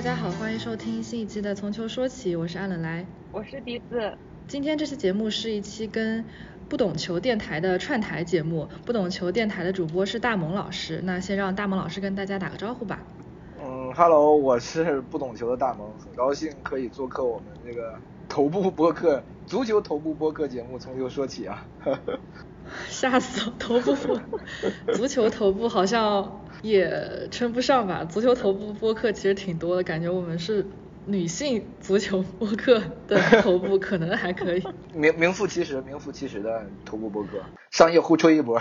家好，欢迎收听新一期的《从球说起》，我是阿冷来， 我是笛子。 今天这期节目是一期跟不懂球电台的串台节目，不懂球电台的主播是大萌老师，那先让大萌老师跟大家打个招呼吧。 Hello，我是不懂球的大萌，很高兴可以做客我们这个头部播客足球头部播客节目《从球说起》啊。 吓死我，头部足球头部好像也称不上吧，足球头部播客其实挺多的，感觉我们是女性足球播客的头部可能还可以。 名副其实的头部播客，商业互吹一波。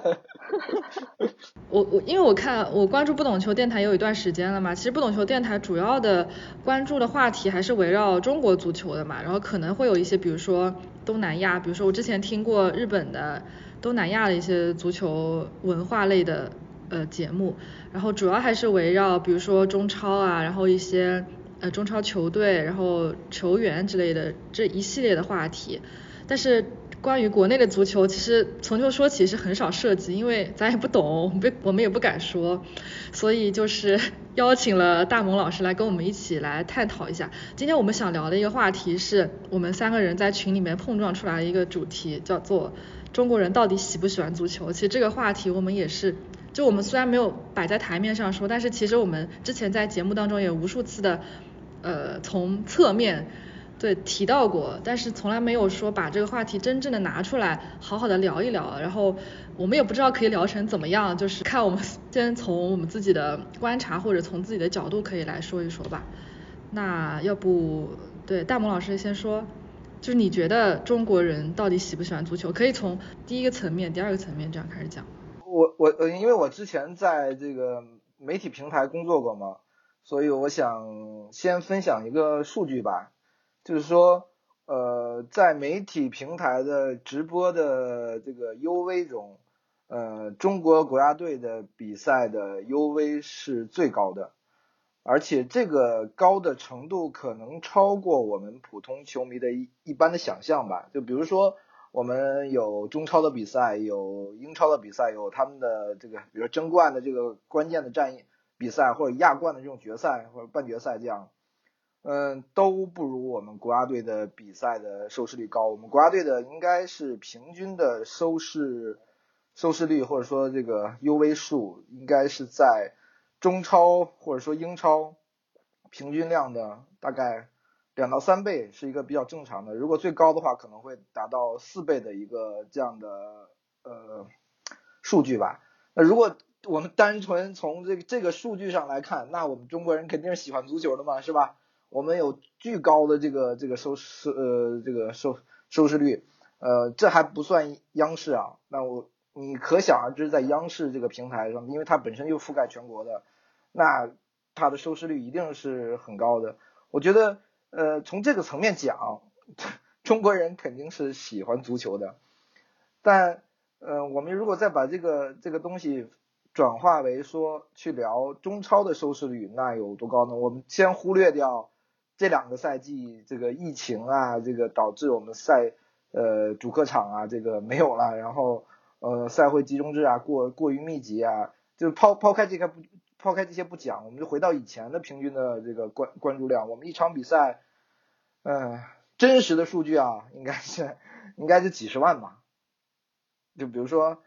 因为我关注不懂球电台有一段时间了嘛，其实不懂球电台主要的关注的话题还是围绕中国足球的嘛，然后可能会有一些比如说东南亚，比如说我之前听过日本的东南亚的一些足球文化类的节目，然后主要还是围绕比如说中超啊，然后一些中超球队，然后球员之类的这一系列的话题，但是关于国内的足球，其实从球说起是很少涉及，因为咱也不懂，我们也不敢说，所以就是邀请了大萌老师来跟我们一起来探讨一下。今天我们想聊的一个话题是我们三个人在群里面碰撞出来的一个主题，叫做中国人到底喜不喜欢足球。其实这个话题我们也是，就我们虽然没有摆在台面上说，但是其实我们之前在节目当中也无数次的从侧面对提到过，但是从来没有说把这个话题真正的拿出来好好的聊一聊，然后我们也不知道可以聊成怎么样，就是看我们先从我们自己的观察或者从自己的角度可以来说一说吧。那要不对大萌老师先说，就是你觉得中国人到底喜不喜欢足球，可以从第一个层面第二个层面这样开始讲。 因为我之前在这个媒体平台工作过嘛，所以我想先分享一个数据吧，就是说在媒体平台的直播的这个 UV 中，中国国家队的比赛的 UV 是最高的，而且这个高的程度可能超过我们普通球迷的一般的想象吧。就比如说我们有中超的比赛，有英超的比赛，有他们的这个比如争冠的这个关键的比赛，或者亚冠的这种决赛或者半决赛这样，都不如我们国家队的比赛的收视率高。我们国家队的应该是平均的收视率或者说这个 UV 数应该是在中超或者说英超平均量的大概2到3倍是一个比较正常的，如果最高的话可能会达到4倍的一个这样的数据吧。那如果我们单纯从这个数据上来看，那我们中国人肯定是喜欢足球的嘛，是吧？我们有巨高的这个收视率，这还不算央视啊。那你可想而知，在央视这个平台上，因为它本身就覆盖全国的，那它的收视率一定是很高的。我觉得从这个层面讲，中国人肯定是喜欢足球的。但我们如果再把这个东西转化为说去聊中超的收视率，那有多高呢？我们先忽略掉这2个赛季这个疫情啊，这个导致我们主客场啊这个没有了，然后赛会集中制啊过于密集啊，就抛开这些不讲，我们就回到以前的平均的这个关注量。我们一场比赛真实的数据啊应该是几十万吧。就比如说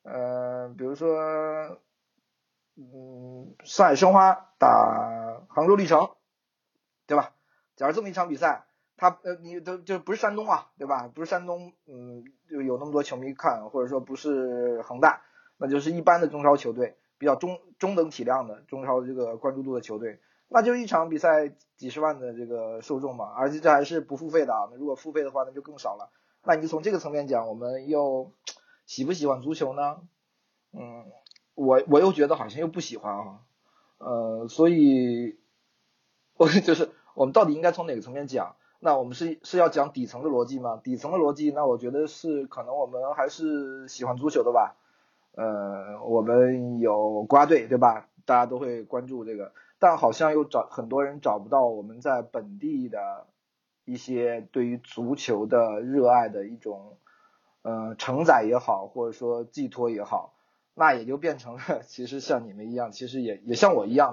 上海申花打杭州绿城，对吧？假如这么一场比赛，你就不是山东啊，对吧？不是山东，就有那么多球迷看，或者说不是恒大，那就是一般的中超球队，比较中等体量的中超这个关注度的球队，那就一场比赛几十万的这个受众嘛，而且这还是不付费的啊。那如果付费的话，那就更少了。那你从这个层面讲，我们又喜不喜欢足球呢？我又觉得好像又不喜欢啊。所以就是我们到底应该从哪个层面讲？那我们是要讲底层的逻辑吗？底层的逻辑，那我觉得是可能我们还是喜欢足球的吧。我们有国家队，对吧？大家都会关注这个，但好像很多人找不到我们在本地的一些对于足球的热爱的一种承载也好，或者说寄托也好，那也就变成了其实像你们一样，其实也像我一样吧，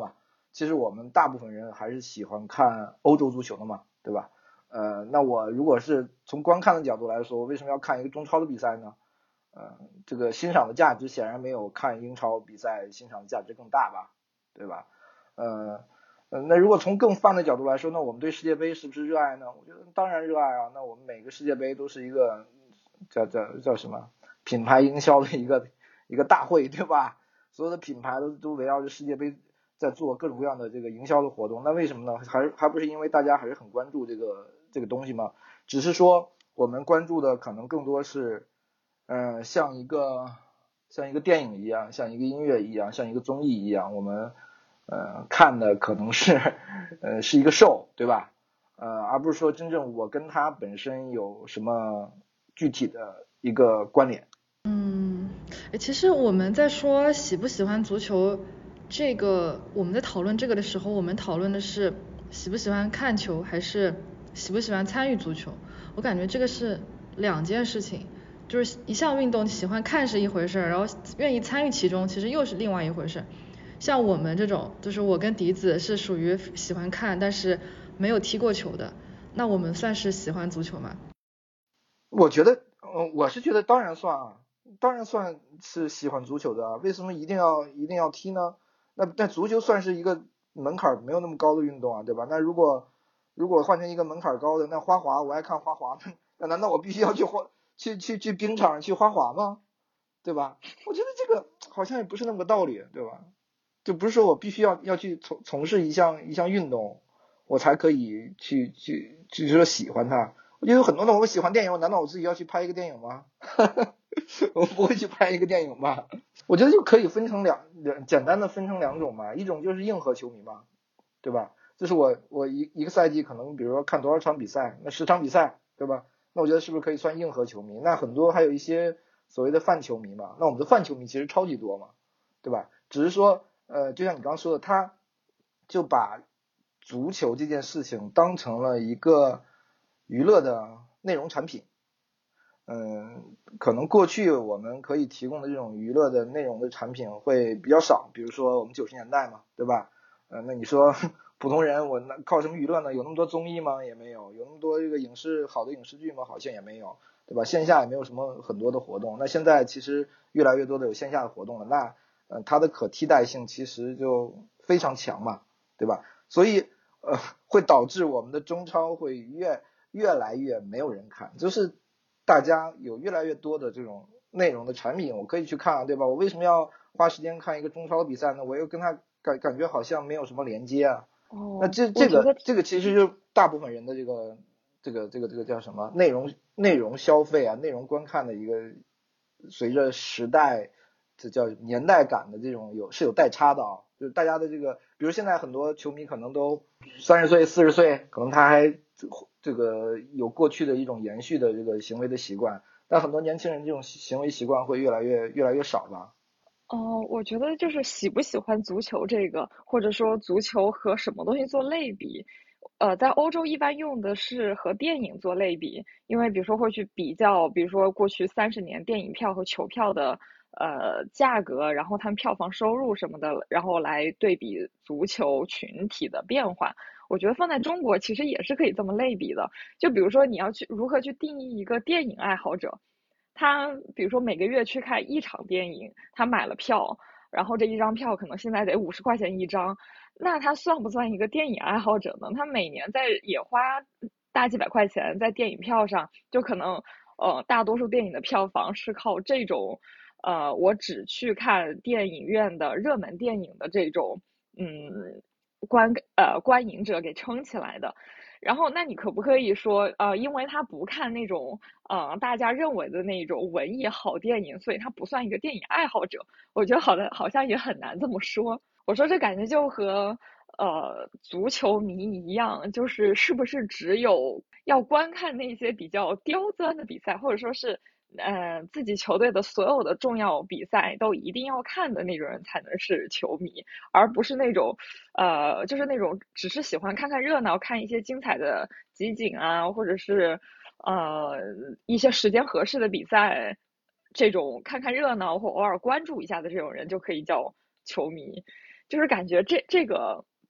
其实我们大部分人还是喜欢看欧洲足球的嘛，对吧？那我如果是从观看的角度来说，我为什么要看一个中超的比赛呢？这个欣赏的价值显然没有看英超比赛欣赏的价值更大吧，对吧？那如果从更泛的角度来说，那我们对世界杯是不是热爱呢？我觉得当然热爱啊。那我们每个世界杯都是一个叫什么品牌营销的一个大会，对吧？所有的品牌都围绕着世界杯在做各种各样的这个营销的活动。那为什么呢？还不是因为大家还是很关注这个东西吗？只是说我们关注的可能更多是像一个电影一样，像一个音乐一样，像一个综艺一样，我们看的可能是是一个 show， 对吧？而不是说真正我跟它本身有什么具体的一个关联。 其实我们在说喜不喜欢足球这个，我们在讨论这个的时候，我们讨论的是喜不喜欢看球，还是喜不喜欢参与足球？我感觉这个是两件事情，就是一项运动喜欢看是一回事，然后愿意参与其中其实又是另外一回事。像我们这种，就是我跟笛子是属于喜欢看，但是没有踢过球的，那我们算是喜欢足球吗？ 我觉得，我是觉得当然算啊，当然算是喜欢足球的啊。为什么一定要踢呢？那足球算是一个门槛没有那么高的运动啊，对吧？那如果换成一个门槛高的，那花滑我爱看花滑，那难道我必须要去冰场上去花滑吗？对吧？我觉得这个好像也不是那么个道理，对吧？就不是说我必须要去从事一项运动，我才可以去说喜欢它。我觉得有很多的，我喜欢电影，难道我自己要去拍一个电影吗？我不会去拍一个电影吧？我觉得就可以分成简单的分成两种嘛，一种就是硬核球迷嘛，对吧？就是我一个赛季可能比如说看多少场比赛，那10场比赛，对吧？那我觉得是不是可以算硬核球迷？那很多还有一些所谓的泛球迷嘛，那我们的泛球迷其实超级多嘛，对吧？只是说就像你刚刚说的，他就把足球这件事情当成了一个娱乐的内容产品。可能过去我们可以提供的这种娱乐的内容的产品会比较少，比如说我们90年代嘛，对吧？那你说普通人我靠什么娱乐呢？有那么多综艺吗？也没有。有那么多这个好的影视剧吗？好像也没有，对吧？线下也没有什么很多的活动。那现在其实越来越多的有线下的活动了，那它的可替代性其实就非常强嘛，对吧？所以会导致我们的中超会越来越没有人看，就是大家有越来越多的这种内容的产品，我可以去看啊，对吧？我为什么要花时间看一个中超的比赛呢？我又跟他感觉好像没有什么连接啊。那哦， 这我觉得这个其实就是大部分人的这个叫什么内容消费啊，内容观看的一个随着时代这叫年代感的这种有代差的啊，就是大家的这个，比如现在很多球迷可能都30岁40岁，可能他还这个有过去的一种延续的这个行为的习惯，但很多年轻人这种行为习惯会越来越少吧。 我觉得就是喜不喜欢足球这个，或者说足球和什么东西做类比，在欧洲一般用的是和电影做类比，因为比如说会去比较，比如说过去30年电影票和球票的价格，然后他们票房收入什么的，然后来对比足球群体的变化。我觉得放在中国其实也是可以这么类比的，就比如说你要去如何去定义一个电影爱好者。他比如说每个月去看一场电影，他买了票，然后这一张票可能现在得50块钱一张，那他算不算一个电影爱好者呢？他每年也花大几百块钱在电影票上，就可能大多数电影的票房是靠这种我只去看电影院的热门电影的这种嗯观影者给撑起来的。然后，那你可不可以说，因为他不看那种，大家认为的那种文艺好电影，所以他不算一个电影爱好者？我觉得好像也很难这么说。我说这感觉就和足球迷一样，就是是不是只有要观看那些比较刁钻的比赛，或者说是自己球队的所有的重要比赛都一定要看的那种人才能是球迷，而不是那种就是那种只是喜欢看看热闹，看一些精彩的集锦啊，或者是呃一些时间合适的比赛，这种看看热闹或偶尔关注一下的这种人就可以叫球迷。就是感觉这个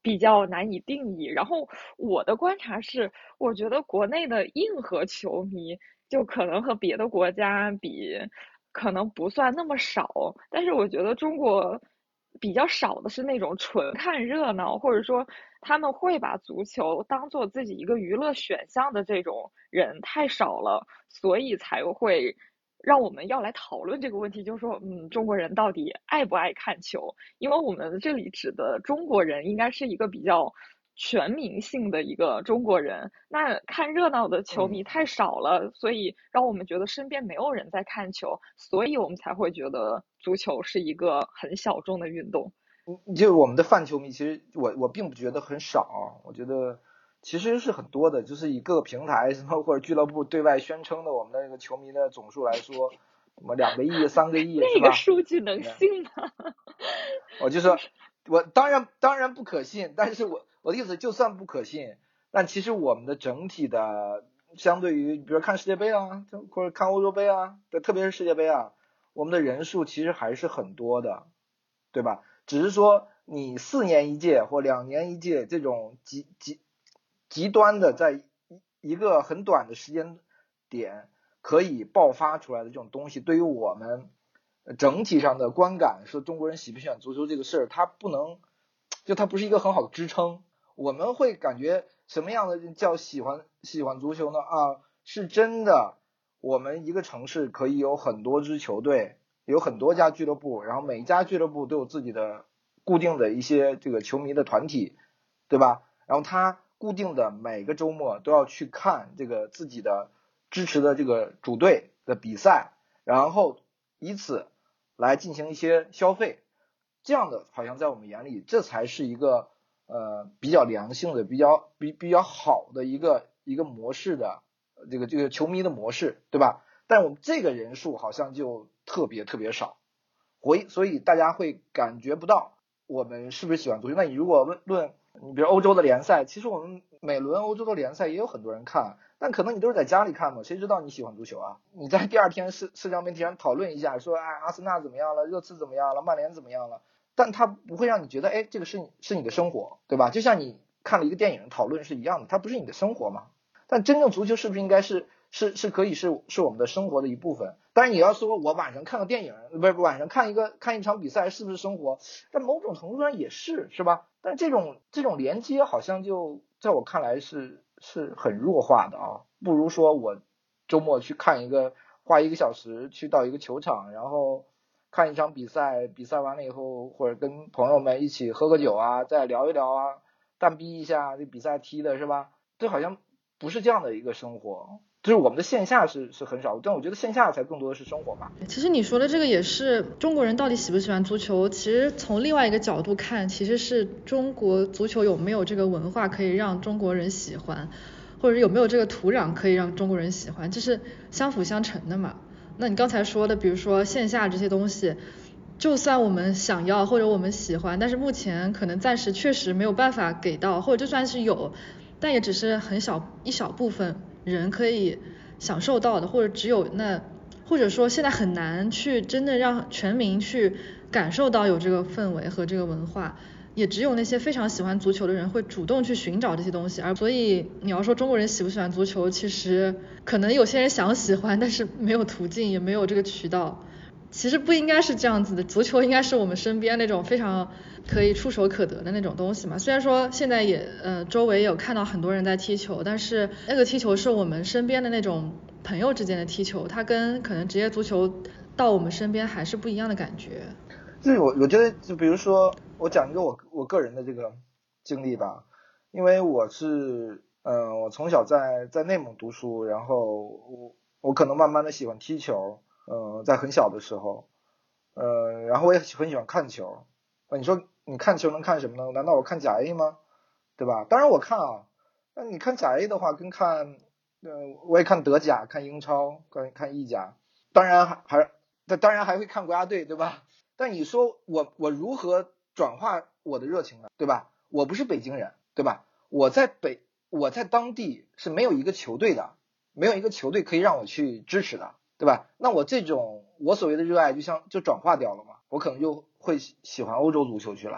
比较难以定义。然后我的观察是，我觉得国内的硬核球迷就可能和别的国家比，可能不算那么少，但是我觉得中国比较少的是那种纯看热闹，或者说他们会把足球当做自己一个娱乐选项的这种人太少了，所以才会让我们要来讨论这个问题，就是说，中国人到底爱不爱看球？因为我们这里指的中国人应该是一个比较全民性的一个中国人，那看热闹的球迷太少了，所以让我们觉得身边没有人在看球，所以我们才会觉得足球是一个很小众的运动。 就我们的泛球迷，其实我并不觉得很少，我觉得其实是很多的，就是以各个平台什么或者俱乐部对外宣称的我们的那个球迷的总数来说，什么2个亿、3个亿，是吧？ 那个数据能信吗？ 我就说，我当然不可信，但是我的意思，就算不可信，但其实我们的整体的，相对于比如看世界杯啊，或者看欧洲杯啊，特别是世界杯啊，我们的人数其实还是很多的，对吧？只是说你4年一届或2年一届这种极端的，在一个很短的时间点可以爆发出来的这种东西，对于我们整体上的观感，说中国人喜不喜欢足球这个事儿，它不是一个很好的支撑。我们会感觉什么样的叫喜欢足球呢？是真的，我们一个城市可以有很多支球队，有很多家俱乐部，然后每一家俱乐部都有自己的固定的一些这个球迷的团体，对吧？然后他固定的每个周末都要去看这个自己的支持的这个主队的比赛，然后以此来进行一些消费，这样的好像在我们眼里，这才是一个比较良性的、比较好的一个模式的这个球迷的模式，对吧？但我们这个人数好像就特别少，所以大家会感觉不到我们是不是喜欢足球。那你如果论你比如欧洲的联赛，其实我们每轮欧洲的联赛也有很多人看，但可能你都是在家里看嘛，谁知道你喜欢足球啊？你在第二天社交媒体上讨论一下，说阿森纳怎么样了，热刺怎么样了，曼联怎么样了，但它不会让你觉得这个是你的生活，对吧？就像你看了一个电影讨论是一样的，它不是你的生活嘛。但真正足球是不是应该是可以是我们的生活的一部分？当然你要说我晚上看个电影，不是晚上看一场比赛是不是生活？但某种程度上也是吧？但这种连接好像就在我看来是很弱化的啊，不如说我周末去看花1个小时去到一个球场，然后看一场比赛，比赛完了以后或者跟朋友们一起喝个酒啊，再聊一聊啊，淡逼一下这比赛踢的是吧？这好像不是这样的一个生活，就是我们的线下是很少，但我觉得线下才更多的是生活吧。 其实你说的这个也是中国人到底喜不喜欢足球，其实从另外一个角度看，其实是中国足球有没有这个文化可以让中国人喜欢，或者有没有这个土壤可以让中国人喜欢，这是相辅相成的嘛。那你刚才说的比如说线下这些东西，就算我们想要或者我们喜欢，但是目前可能暂时确实没有办法给到，或者就算是有，但也只是一小部分人可以享受到的，或者只有或者说现在很难去真的让全民去感受到有这个氛围和这个文化，也只有那些非常喜欢足球的人会主动去寻找这些东西。所以你要说中国人喜不喜欢足球，其实可能有些人想喜欢，但是没有途径，也没有这个渠道。其实不应该是这样子的，足球应该是我们身边那种非常可以触手可得的那种东西嘛。虽然说现在也周围有看到很多人在踢球，但是那个踢球是我们身边的那种朋友之间的踢球，它跟可能职业足球到我们身边还是不一样的感觉。 就是我觉得，就比如说我讲一个我个人的这个经历吧，因为我是我从小在内蒙读书，然后我可能慢慢的喜欢踢球，在很小的时候，然后我也很喜欢看球。你说你看球能看什么呢？难道我看甲 A 吗？对吧？当然我看啊，那你看甲 A 的话，跟看我也看德甲、看英超、看意甲，当然还会看国家队，对吧？但你说我如何转化我的热情呢？对吧？我不是北京人，对吧？我在当地是没有一个球队的，没有一个球队可以让我去支持的，对吧？那我这种我所谓的热爱就转化掉了嘛，我可能就会喜欢欧洲足球去了，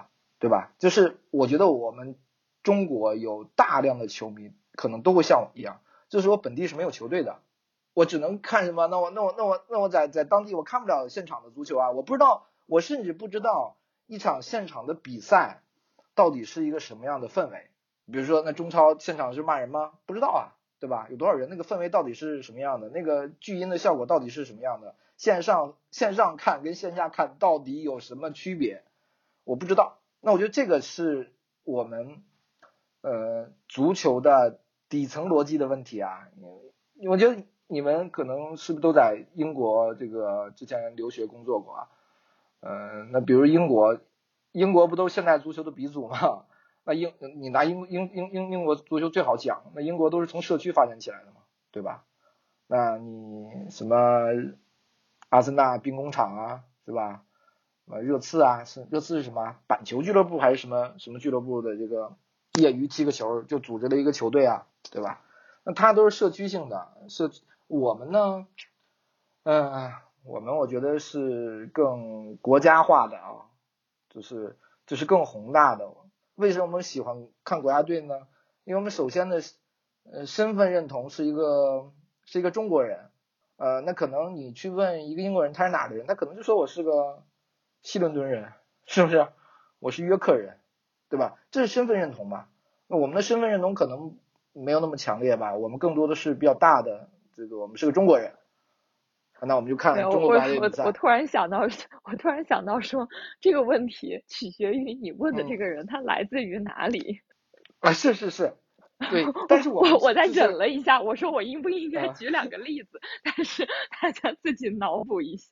对吧？就是我觉得我们中国有大量的球迷可能都会像我一样，就是我本地是没有球队的，我只能看什么？那我在当地我看不了现场的足球啊，我甚至不知道一场现场的比赛到底是一个什么样的氛围。比如说那中超现场是骂人吗？不知道啊，对吧？有多少人？那个氛围到底是什么样的？那个巨音的效果到底是什么样的？线上看跟线下看到底有什么区别？我不知道。那我觉得这个是我们足球的底层逻辑的问题啊。我觉得你们可能是不是都在英国这个之前留学工作过啊？那比如英国不都是现代足球的鼻祖吗？那你拿英国足球最好讲，那英国都是从社区发展起来的嘛，对吧？那你什么阿森纳兵工厂啊，是吧？热刺啊，热刺是什么板球俱乐部还是什么俱乐部的这个业余踢个球就组织了一个球队啊，对吧？那它都是社区性的，我们呢，我觉得是更国家化的啊，就是更宏大的。为什么我们喜欢看国家队呢？因为我们首先的身份认同是一个中国人。那可能你去问一个英国人他是哪的人，他可能就说我是个西伦敦人，是不是？我是约克人，对吧？这是身份认同嘛。那我们的身份认同可能没有那么强烈吧，我们更多的是比较大的这个我们是个中国人。那我们就看中国国家队比赛。 我突然想到说，这个问题取决于你问的这个人他来自于哪里。 是，对。但是我在忍了一下，我说我应不应该举2个例子，但是大家自己脑补一下。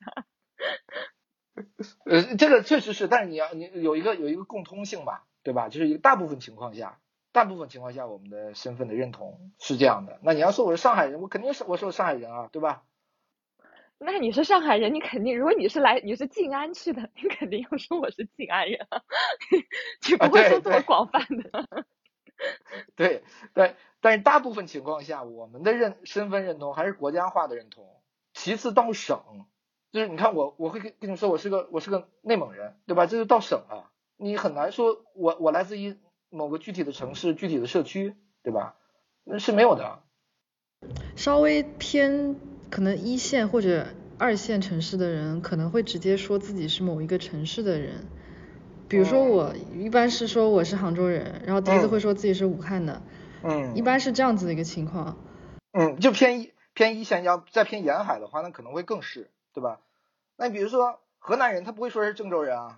这个确实是，但是你有一个共通性吧，对吧？就是大部分情况下我们的身份的认同是这样的。那你要说我是上海人，我肯定是我说上海人啊，对吧？ 那你是上海人，你肯定，如果你是静安去的，你肯定要说我是静安人啊，你不会说这么广泛的。 对，但是大部分情况下，我们的身份认同还是国家化的认同，其次到省，就是你看我会跟你说我是个内蒙人，对吧？这就到省了，你很难说我来自于某个具体的城市、具体的社区，对吧？那是没有的。 稍微偏可能1线或者2线城市的人可能会直接说自己是某一个城市的人，比如说我一般是说我是杭州人，然后笛子会说自己是武汉的，一般是这样子的一个情况。 就偏一线，要再偏沿海的话，那可能会更是，对吧？那比如说河南人，他不会说是郑州人啊，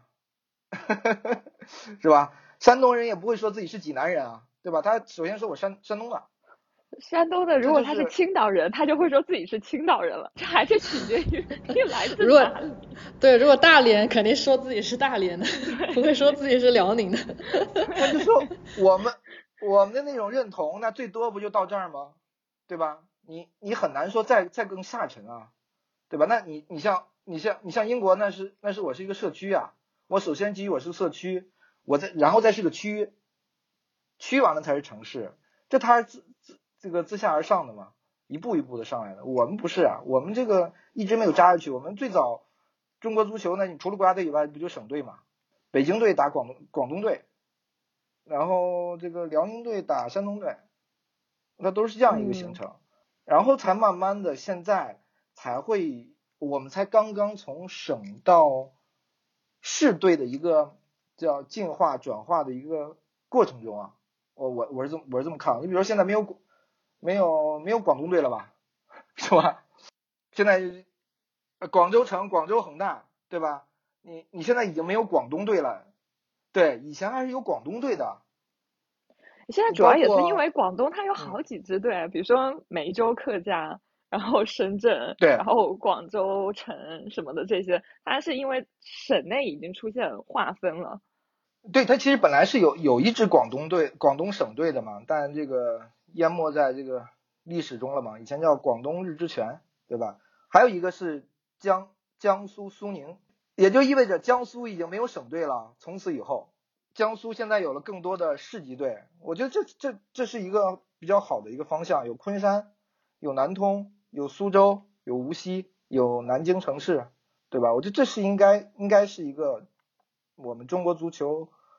是吧？山东人也不会说自己是济南人啊，对吧？他首先说我山东的。 山东的，如果他是青岛人，他就会说自己是青岛人了。这还是取决于你来自哪里。 对，如果大连肯定说自己是大连的，不会说自己是辽宁的。 我就说我们的那种认同，那最多不就到这儿吗？对吧？你很难说再更下沉啊，对吧？那你像英国，那是我是一个社区啊，我首先基于我是个社区，然后再是个区完了才是城市，这它是这个自下而上的嘛，一步一步的上来的。我们不是啊，我们这个一直没有扎下去。我们最早中国足球呢，你除了国家队以外，不就省队嘛？北京队打广东队，然后这个辽宁队打山东队，那都是这样一个形成。然后才慢慢的，现在我们才刚刚从省到市队的一个叫进化转化的一个过程中啊，我是这么看。你比如说现在没有广东队了吧，是吧？现在广州城、广州恒大，对吧？你现在已经没有广东队了，对，以前还是有广东队的。 现在主要也是因为广东它有好几支队，比如说梅州客家，然后深圳， 对， 然后广州城什么的这些，它是因为省内已经出现划分了。 对，它其实本来是有一支广东省队的嘛，但这个淹没在这个历史中了嘛。以前叫广东日之泉，对吧？还有一个是江苏苏宁，也就意味着江苏已经没有省队了。从此以后，江苏现在有了更多的市级队，我觉得这是一个比较好的一个方向。有昆山，有南通，有苏州，有无锡，有南京城市，对吧？我觉得这是应该是一个我们中国足球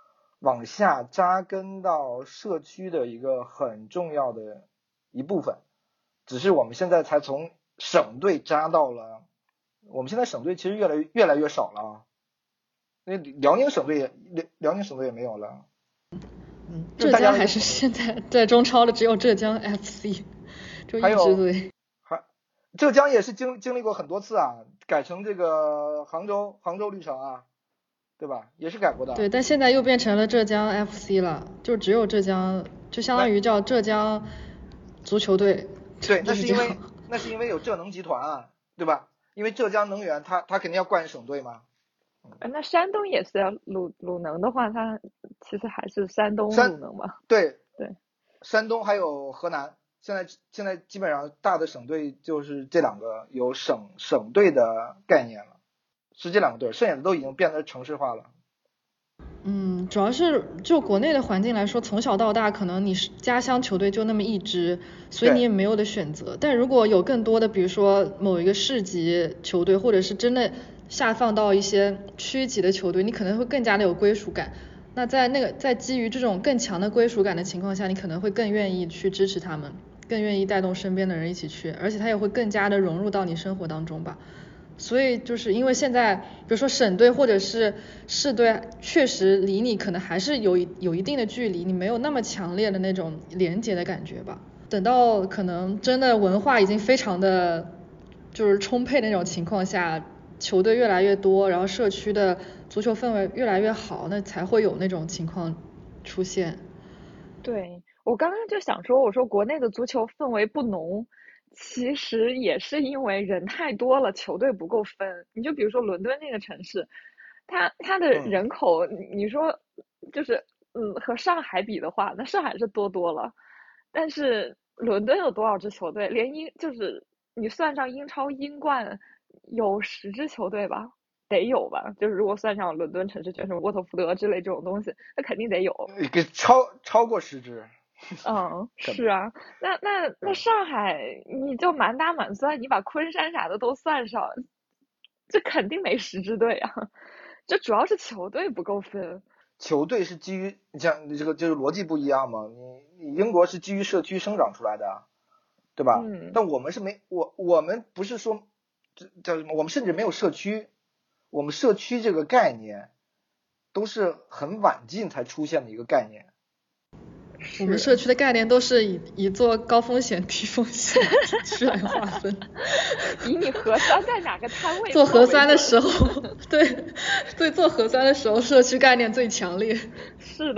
往下扎根到社区的一个很重要的一部分，只是我们现在才从省队扎到了，我们现在省队其实越来越少了啊，那辽宁省队也没有了。 浙江还是现在在中超的只有浙江 FC， 就一支队。 浙江也是经历过很多次啊，改成这个杭州绿城啊，对吧？也是改过的。 对，但现在又变成了浙江 FC 了，就只有浙江，就相当于叫浙江足球队。 对，那是因为有浙能集团啊，对吧？因为浙江能源它肯定要冠省队嘛。 那山东也是要鲁能的话，它其实还是山东鲁能嘛。 对， 山东还有河南，现在基本上大的省队就是这两个有省队的概念了，是这两个队，剩下的都已经变得城市化了。 主要是就国内的环境来说，从小到大可能你家乡球队就那么一支，所以你也没有的选择。但如果有更多的，比如说某一个市级球队，或者是真的下放到一些区级的球队，你可能会更加的有归属感。那在基于这种更强的归属感的情况下，你可能会更愿意去支持他们，更愿意带动身边的人一起去，而且他也会更加的融入到你生活当中吧。所以就是因为现在比如说省队或者是市队确实离你可能还是有一定的距离，你没有那么强烈的那种连结的感觉吧。等到可能真的文化已经非常的就是充沛的那种情况下，球队越来越多，然后社区的足球氛围越来越好，那才会有那种情况出现。 对，我刚刚就想说，我说国内的足球氛围不浓，其实也是因为人太多了，球队不够分。你就比如说伦敦这个城市，它的人口，你说就是和上海比的话，那上海是多了，但是伦敦有多少支球队？就是你算上英超、英冠，有10支球队吧？得有吧？就是如果算上伦敦城市圈什么沃特福德之类这种东西，那肯定得有。 超过10支。 是啊，那上海你就满打满算，你把昆山啥的都算上，这肯定没10支队啊。这主要是球队不够分。 球队是基于你像这个就是逻辑不一样嘛，你英国是基于社区生长出来的，对吧？但我们是我们不是说这叫什么，我们甚至没有社区，我们社区这个概念都是很晚近才出现的一个概念。 我们社区的概念都是以做高风险低风险区来划分。 以你核酸在哪个摊位做核酸的时候，对，做核酸的时候社区概念最强烈。 是的。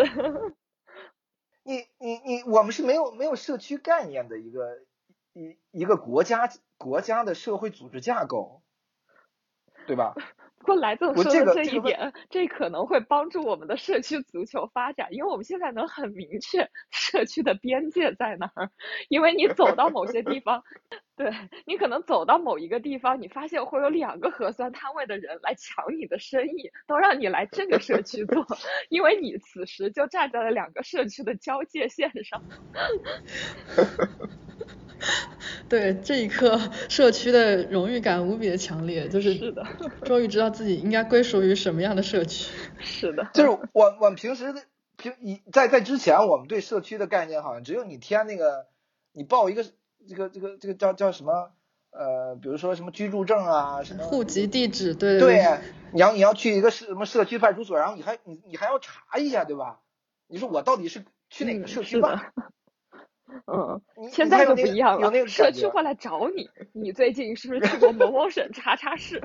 我们是没有社区概念的一个国家的社会组织架构，对吧？ 不过来总说的这一点，这可能会帮助我们的社区足球发展，因为我们现在能很明确社区的边界在哪儿。因为你走到某些地方，对，你可能走到某一个地方，你发现会有2个核酸摊位的人来抢你的生意，都让你来这个社区做，因为你此时就站在了2个社区的交界线上。 对，这一刻社区的荣誉感无比的强烈，就是终于知道自己应该归属于什么样的社区。 是的， 就是我们平时在之前，我们对社区的概念好像只有你填那个，你报一个这个叫什么比如说什么居住证啊，什么户籍地址， 对，你要去一个什么社区派出所，然后你还要查一下，对吧？你说我到底是去哪个社区办？ 现在就不一样了，社区会来找你，你最近是不是去过某某省查市？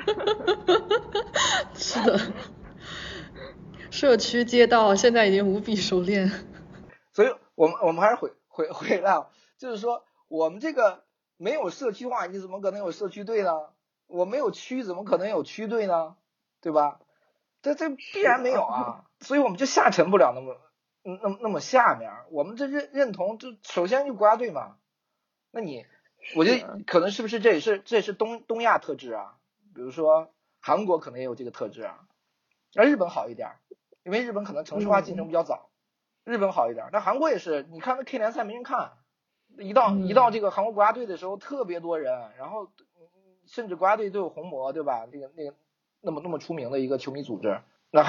是的，社区街道现在已经无比熟练。 所以我们还是回来，就是说我们这个没有社区化，你怎么可能有社区队呢？我没有区，怎么可能有区队呢？对吧？这必然没有啊，所以我们就下沉不了那么下面，我们这认同就首先就国家队嘛。那我觉得可能是不是这也是东亚特质啊？比如说韩国可能也有这个特质啊，而日本好一点，因为日本可能城市化进程比较早，日本好一点。但韩国也是，你看那 K 联赛没人看，一到这个韩国国家队的时候特别多人，然后甚至国家队都有红魔，对吧？那个那么出名的一个球迷组织。那还有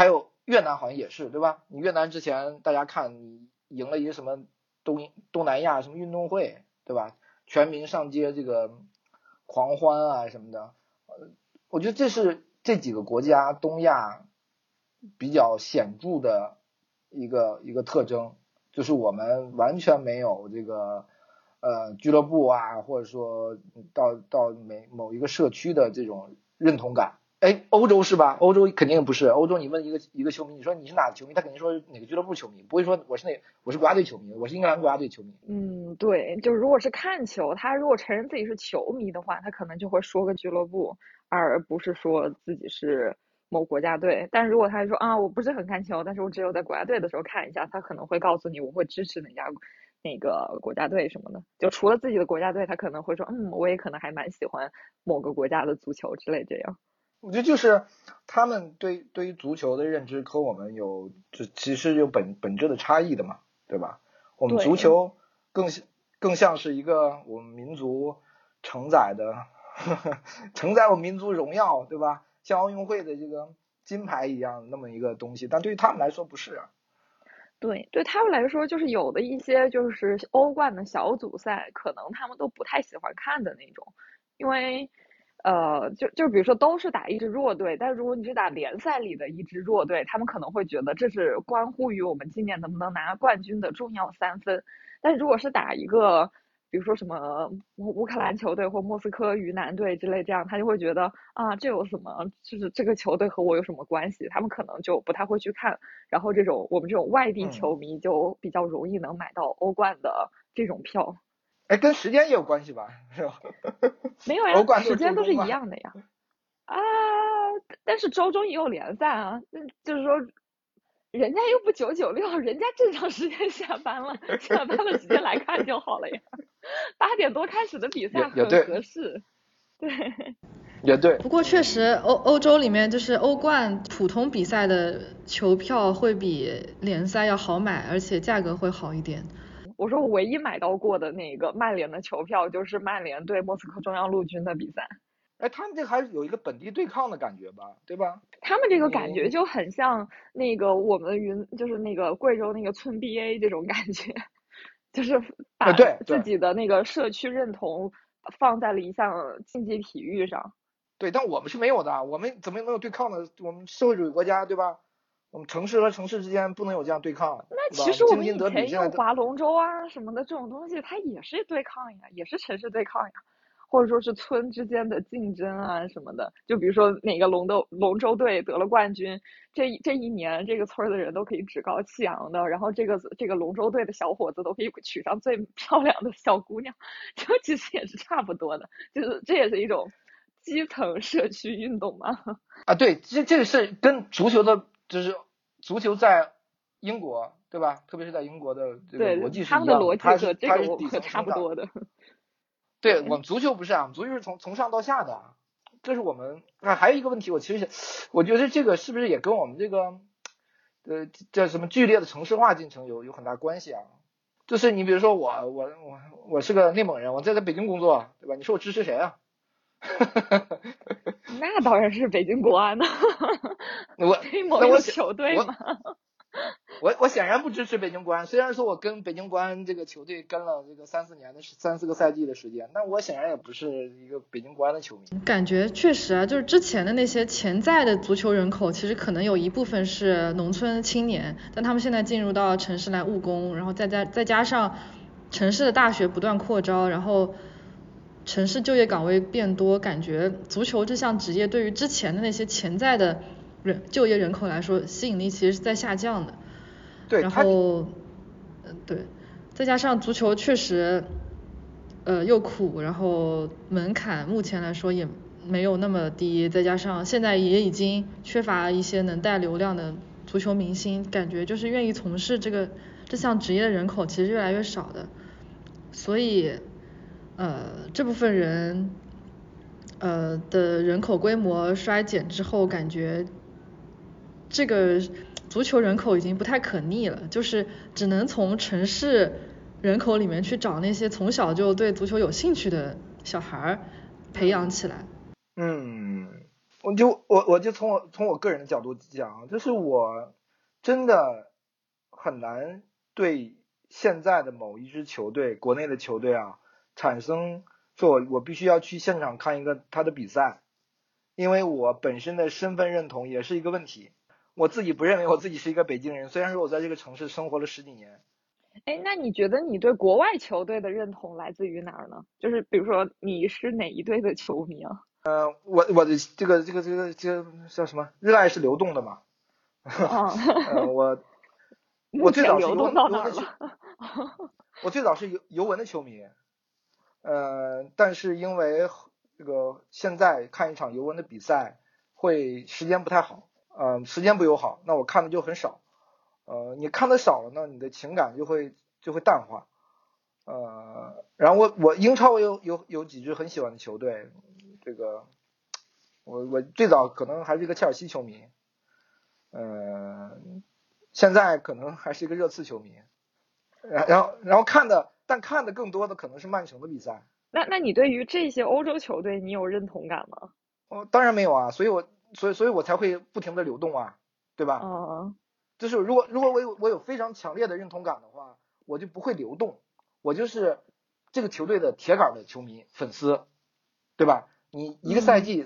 越南好像也是，对吧？你越南之前大家看你赢了一个什么东南亚什么运动会，对吧？全民上街这个狂欢啊什么的，我觉得这是这几个国家东亚比较显著的一个特征，就是我们完全没有这个俱乐部啊，或者说到某一个社区的这种认同感。哎，欧洲是吧？欧洲肯定不是。欧洲你问一个球迷，你说你是哪个球迷，他肯定说哪个俱乐部球迷，不会说我是国家队球迷，我是英格兰国家队球迷。 对，就如果是看球，他如果承认自己是球迷的话，他可能就会说个俱乐部，而不是说自己是某国家队。但如果他说啊，我不是很看球，但是我只有在国家队的时候看一下，他可能会告诉你我会支持那个国家队什么的。就除了自己的国家队，他可能会说我也可能还蛮喜欢某个国家的足球之类这样。 我觉得就是他们对于足球的认知和我们其实有本质的差异的嘛，对吧？我们足球更像是一个我们民族承载我们民族荣耀，对吧？像奥运会的这个金牌一样那么一个东西，但对于他们来说不是啊。 对他们来说，就是有的一些就是欧冠的小组赛，可能他们都不太喜欢看的那种，因为就比如说都是打一支弱队，但如果你是打联赛里的一支弱队，他们可能会觉得这是关乎于我们今年能不能拿冠军的重要3分。但如果是打一个比如说什么乌克兰球队或莫斯科鱼腩队之类这样，他就会觉得啊，这有什么？就是这个球队和我有什么关系？他们可能就不太会去看。然后我们这种外地球迷就比较容易能买到欧冠的这种票。 哎，跟时间也有关系吧？是吧？ 没有呀，时间都是一样的呀。啊，但是周中也有联赛啊，就是说。人家又不996，人家正常时间下班了时间来看就好了呀。8点多开始的比赛很合适。对， 也对。 不过确实欧洲里面就是欧冠普通比赛的球票会比联赛要好买，而且价格会好一点。 我说我唯一买到过的那个曼联的球票就是曼联对莫斯科中央陆军的比赛。 哎，他们这还有一个本地对抗的感觉吧，对吧？ 他们这个感觉就很像那个我们就是那个贵州那个村 BA 这种感觉，就是把自己的那个社区认同放在了一项竞技体育上。 对，但我们是没有的，我们怎么能有对抗呢？我们社会主义国家，对吧？我们城市和城市之间不能有这样对抗。 那其实我们以前有划龙舟啊什么的这种东西，它也是对抗呀，也是城市对抗呀。或者说是村之间的竞争啊什么的，就比如说哪个龙舟队得了冠军，这一年这个村的人都可以趾高气扬的，然后这个龙舟队的小伙子都可以娶上最漂亮的小姑娘，就其实也是差不多的，就是这也是一种基层社区运动嘛。 啊，对，这个是跟足球的，就是足球在英国，对吧？特别是在英国的这个逻辑是一样的， 他们的逻辑和这个我差不多的。 对，我们足球不是啊，我们足球是从上到下的，这是我们。还有一个问题，我觉得这个是不是也跟我们这个叫什么剧烈的城市化进程有很大关系啊？就是你比如说我是个内蒙人，我在北京工作，对吧？你说我支持谁啊？ 那当然是北京国安了。内蒙有球队吗？ 我显然不支持北京国安，虽然说我跟北京国安这个球队跟了这个3、4个赛季的时间，但我显然也不是一个北京国安的球迷。 感觉确实啊，就是之前的那些潜在的足球人口，其实可能有一部分是农村青年，但他们现在进入到城市来务工，然后再加上城市的大学不断扩招，然后城市就业岗位变多，感觉足球这项职业对于之前的那些潜在的就业人口来说，吸引力其实是在下降的。 对， 然后对，再加上足球确实又苦，然后门槛目前来说也没有那么低，再加上现在也已经缺乏一些能带流量的足球明星，感觉就是愿意从事这项职业的人口其实越来越少的，所以这部分人的人口规模衰减之后，感觉这个足球人口已经不太可逆了，就是只能从城市人口里面去找那些从小就对足球有兴趣的小孩培养起来。 我就从我个人的角度讲，就是我真的很难对现在的某一支球队，国内的球队啊，产生说我必须要去现场看一个他的比赛，因为我本身的身份认同也是一个问题。我自己不认为我自己是一个北京人，虽然说我在这个城市生活了10几年。 哎，那你觉得你对国外球队的认同来自于哪儿呢？就是比如说你是哪一队的球迷啊？ 我的这个叫什么？热爱是流动的嘛。 啊， 我目最早是前流动到哪儿了？ 我最早是尤文的球迷。但是因为这个现在看一场尤文的比赛会时间不太好，时间不友好，那我看的就很少。你看的少了呢，你的情感就会淡化。然后我英超我有几支很喜欢的球队，这个我最早可能还是一个切尔西球迷，现在可能还是一个热刺球迷。然后看的更多的可能是曼城的比赛。 那你对于这些欧洲球队，你有认同感吗？ 当然没有啊，所以我才会不停的流动啊，对吧？就是如果我有非常强烈的认同感的话，我就不会流动，我就是这个球队的铁杆的球迷粉丝，对吧？你一个赛季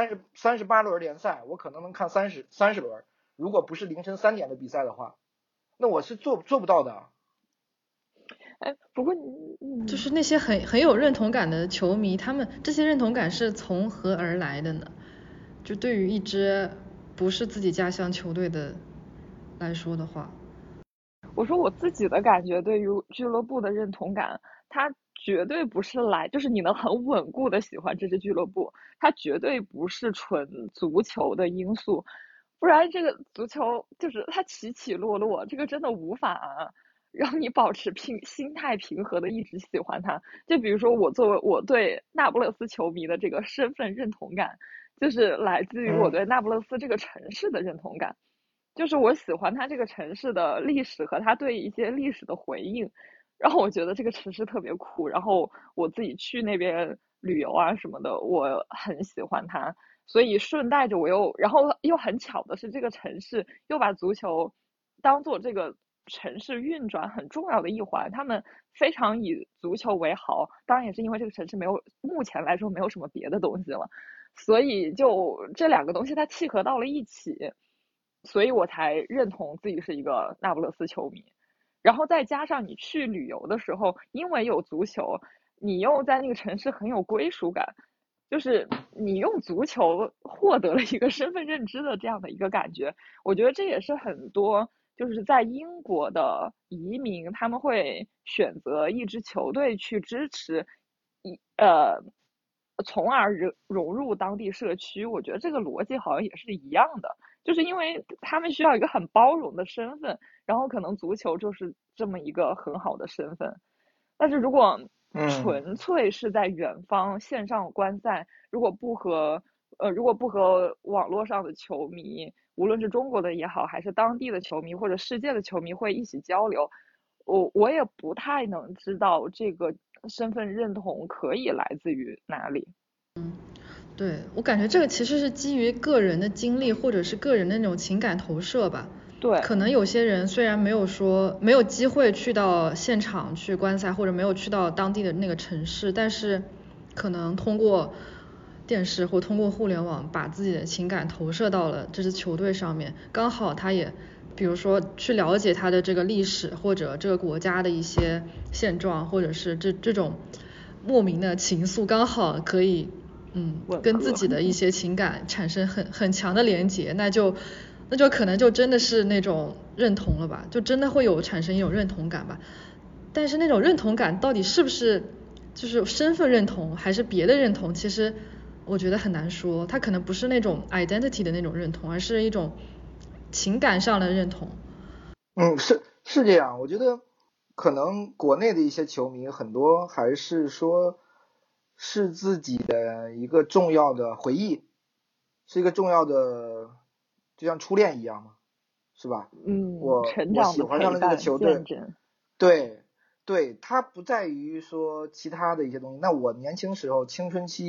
38轮联赛，我可能能看30轮，如果不是凌晨3点的比赛的话，那我是做不到的。 哎，不过就是那些很有认同感的球迷，他们这些认同感是从何而来的呢？就对于一支不是自己家乡球队的来说的话， 我说我自己的感觉，对于俱乐部的认同感，它绝对不是就是你能很稳固的喜欢这支俱乐部，它绝对不是纯足球的因素，不然这个足球就是它起起落落，这个真的无法让你保持心态平和的一直喜欢它。就比如说我作为我对那不勒斯球迷的这个身份认同感，就是来自于我对那不勒斯这个城市的认同感。就是我喜欢它这个城市的历史和它对一些历史的回应，然后我觉得这个城市特别酷，然后我自己去那边旅游啊什么的，我很喜欢它，所以顺带着然后又很巧的是，这个城市又把足球当做这个城市运转很重要的一环，他们非常以足球为豪，当然也是因为这个城市目前来说没有什么别的东西了，所以就这两个东西它契合到了一起。所以我才认同自己是一个那不勒斯球迷，然后再加上你去旅游的时候，因为有足球，你又在那个城市很有归属感，就是你用足球获得了一个身份认知的这样的一个感觉。我觉得这也是很多就是在英国的移民他们会选择一支球队去支持，从而融入当地社区。我觉得这个逻辑好像也是一样的。就是因为他们需要一个很包容的身份，然后可能足球就是这么一个很好的身份。但是如果纯粹是在远方线上观赛，如果不和网络上的球迷，无论是中国的也好，还是当地的球迷或者世界的球迷会一起交流，我也不太能知道这个身份认同可以来自于哪里。 对，我感觉这个其实是基于个人的经历或者是个人的那种情感投射吧。 对， 可能有些人虽然没有机会去到现场去观赛，或者没有去到当地的那个城市，但是可能通过电视或通过互联网把自己的情感投射到了这支球队上面，刚好他也比如说去了解他的这个历史或者这个国家的一些现状，或者是这种莫名的情愫，刚好可以跟自己的一些情感产生很强的连结，那就可能就真的是那种认同了吧，就真的会产生一种认同感吧。但是那种认同感到底是不是就是身份认同还是别的认同，其实我觉得很难说，它可能不是那种 identity 的那种认同，而是一种情感上的认同。 是这样，我觉得可能国内的一些球迷很多还是说是自己的一个重要的回忆，是一个重要的，就像初恋一样嘛，是吧？我成长的喜欢上了这个球队，对，它不在于说其他的一些东西。那我年轻时候青春期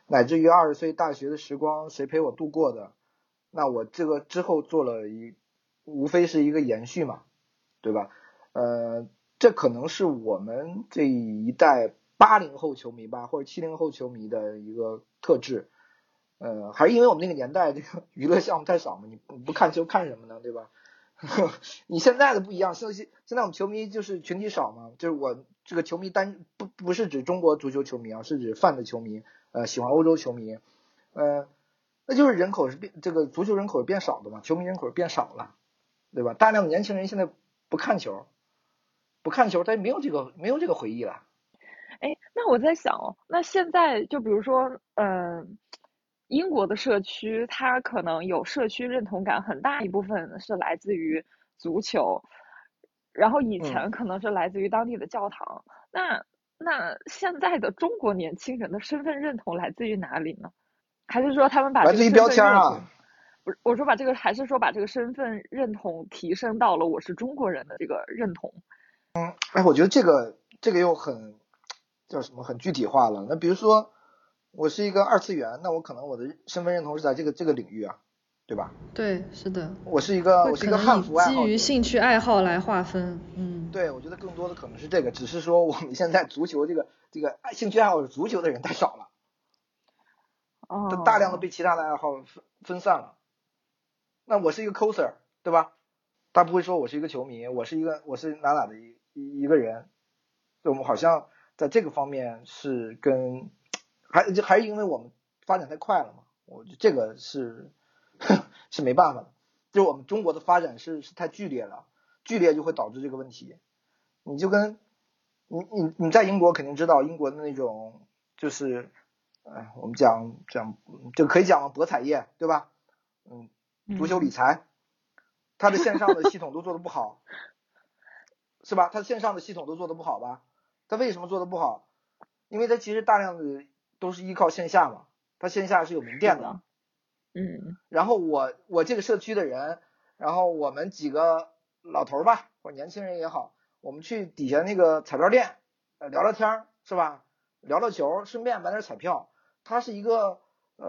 乃至于20岁大学的时光谁陪我度过的，那我这个之后做了无非是一个延续嘛，对吧？这可能是我们这一代80后球迷吧，或者70后球迷的一个特质。还是因为我们那个年代这个娱乐项目太少嘛，你不看球看什么呢，对吧？你现在的不一样，现在我们球迷就是群体少嘛，就是我这个球迷不是指中国足球球迷啊，是指泛的球迷，喜欢欧洲球迷，那就是人口是这个足球人口是变少的嘛，球迷人口是变少了，对吧？大量的年轻人现在不看球，他没有这个回忆了。 哎，那我在想哦，那现在就比如说，英国的社区，它可能有社区认同感，很大一部分是来自于足球，然后以前可能是来自于当地的教堂。那现在的中国年轻人的身份认同来自于哪里呢？还是说他们把这个身份认同，不是，我说还是说把这个身份认同提升到了我是中国人的这个认同？ 我觉得这个又很叫什么，很具体化了。那比如说我是一个二次元，那我可能我的身份认同是在这个领域啊，对吧？ 对，是的。 我是一个汉服爱好者， 基于兴趣爱好来划分。 对，我觉得更多的可能是这个，只是说我们现在足球这个兴趣爱好者足球的人太少了，大量的被其他的爱好分散了。那我是一个 coser， 对吧？他不会说我是一个球迷，我是哪的一个人。我们好像在这个方面是还是因为我们发展太快了嘛，我觉得这个是没办法的，就是我们中国的发展是太剧烈了，剧烈就会导致这个问题。你就跟你在英国肯定知道英国的那种就是我们讲就可以讲博彩业，对吧？足球理财，它的线上的系统都做得不好，是吧？它线上的系统都做得不好吧？它为什么做得不好？因为它其实大量的都是依靠线下嘛，它线下是有门店的。然后我这个社区的人，然后我们几个老头吧，或者年轻人也好，我们去底下那个彩票店聊聊天，是吧？聊聊球，顺便买点彩票，它是一个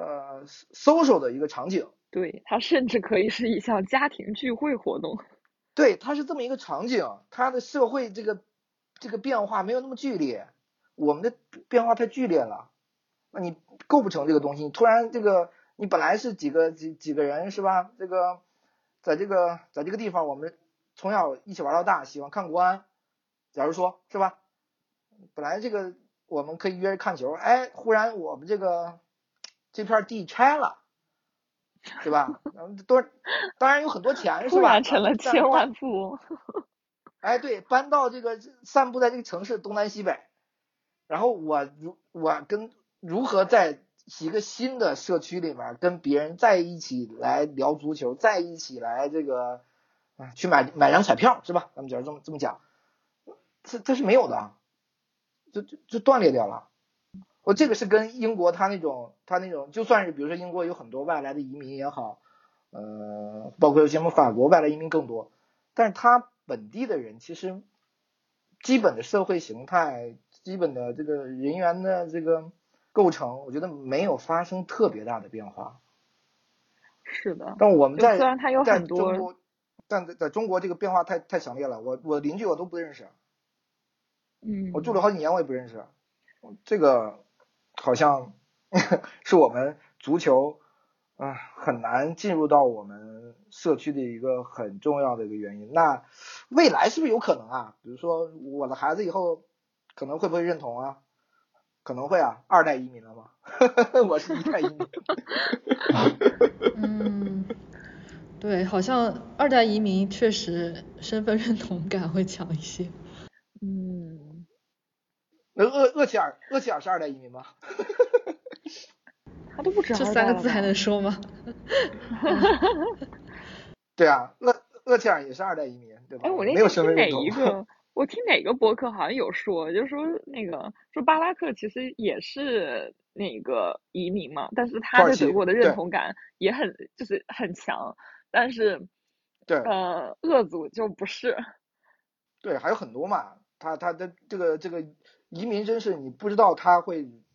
social 的一个场景。 对，它甚至可以是一项家庭聚会活动。 对，它是这么一个场景，它的社会这个变化没有那么剧烈，我们的变化太剧烈了，那你构不成这个东西。你突然你本来是几个人，是吧？在这个地方，我们从小一起玩到大，喜欢看国安，假如说是吧？本来我们可以约着看球，忽然我们这片地拆了，对吧？当然有很多钱，是吧？ 突然成了千万富翁。 对，搬到散布在这个城市东南西北，然后我如何在一个新的社区里面跟别人在一起来聊足球，在一起来去买张彩票，是吧？咱们假如这么讲，这是没有的，就断裂掉了。我这个是跟英国他那种，就算是比如说英国有很多外来的移民也好，包括什么法国外来移民更多，但是他本地的人其实基本的社会形态、基本的这个人员的这个构成，我觉得没有发生特别大的变化。 是的。 但我们虽然它有很多， 但在中国这个变化太强烈了。我邻居我都不认识，我住了好几年我也不认识，这个好像是我们足球很难进入到我们社区的一个很重要的一个原因。那未来是不是有可能啊？比如说我的孩子以后可能会不会认同啊？可能会啊，2代移民了嘛。我是1代移民。对，好像2代移民确实身份认同感会强一些。 那厄齐尔是2代移民吗？ 他都不知道这3个字还能说吗？ 对啊，厄齐尔也是2代移民，对吧？ 我那天听哪个博客好像有说，就是说说巴拉克其实也是那个移民嘛，但是他对德国的认同感也就是很强，但是对鄂族就不是。 对，还有很多嘛，他的这个移民真是你不知道他会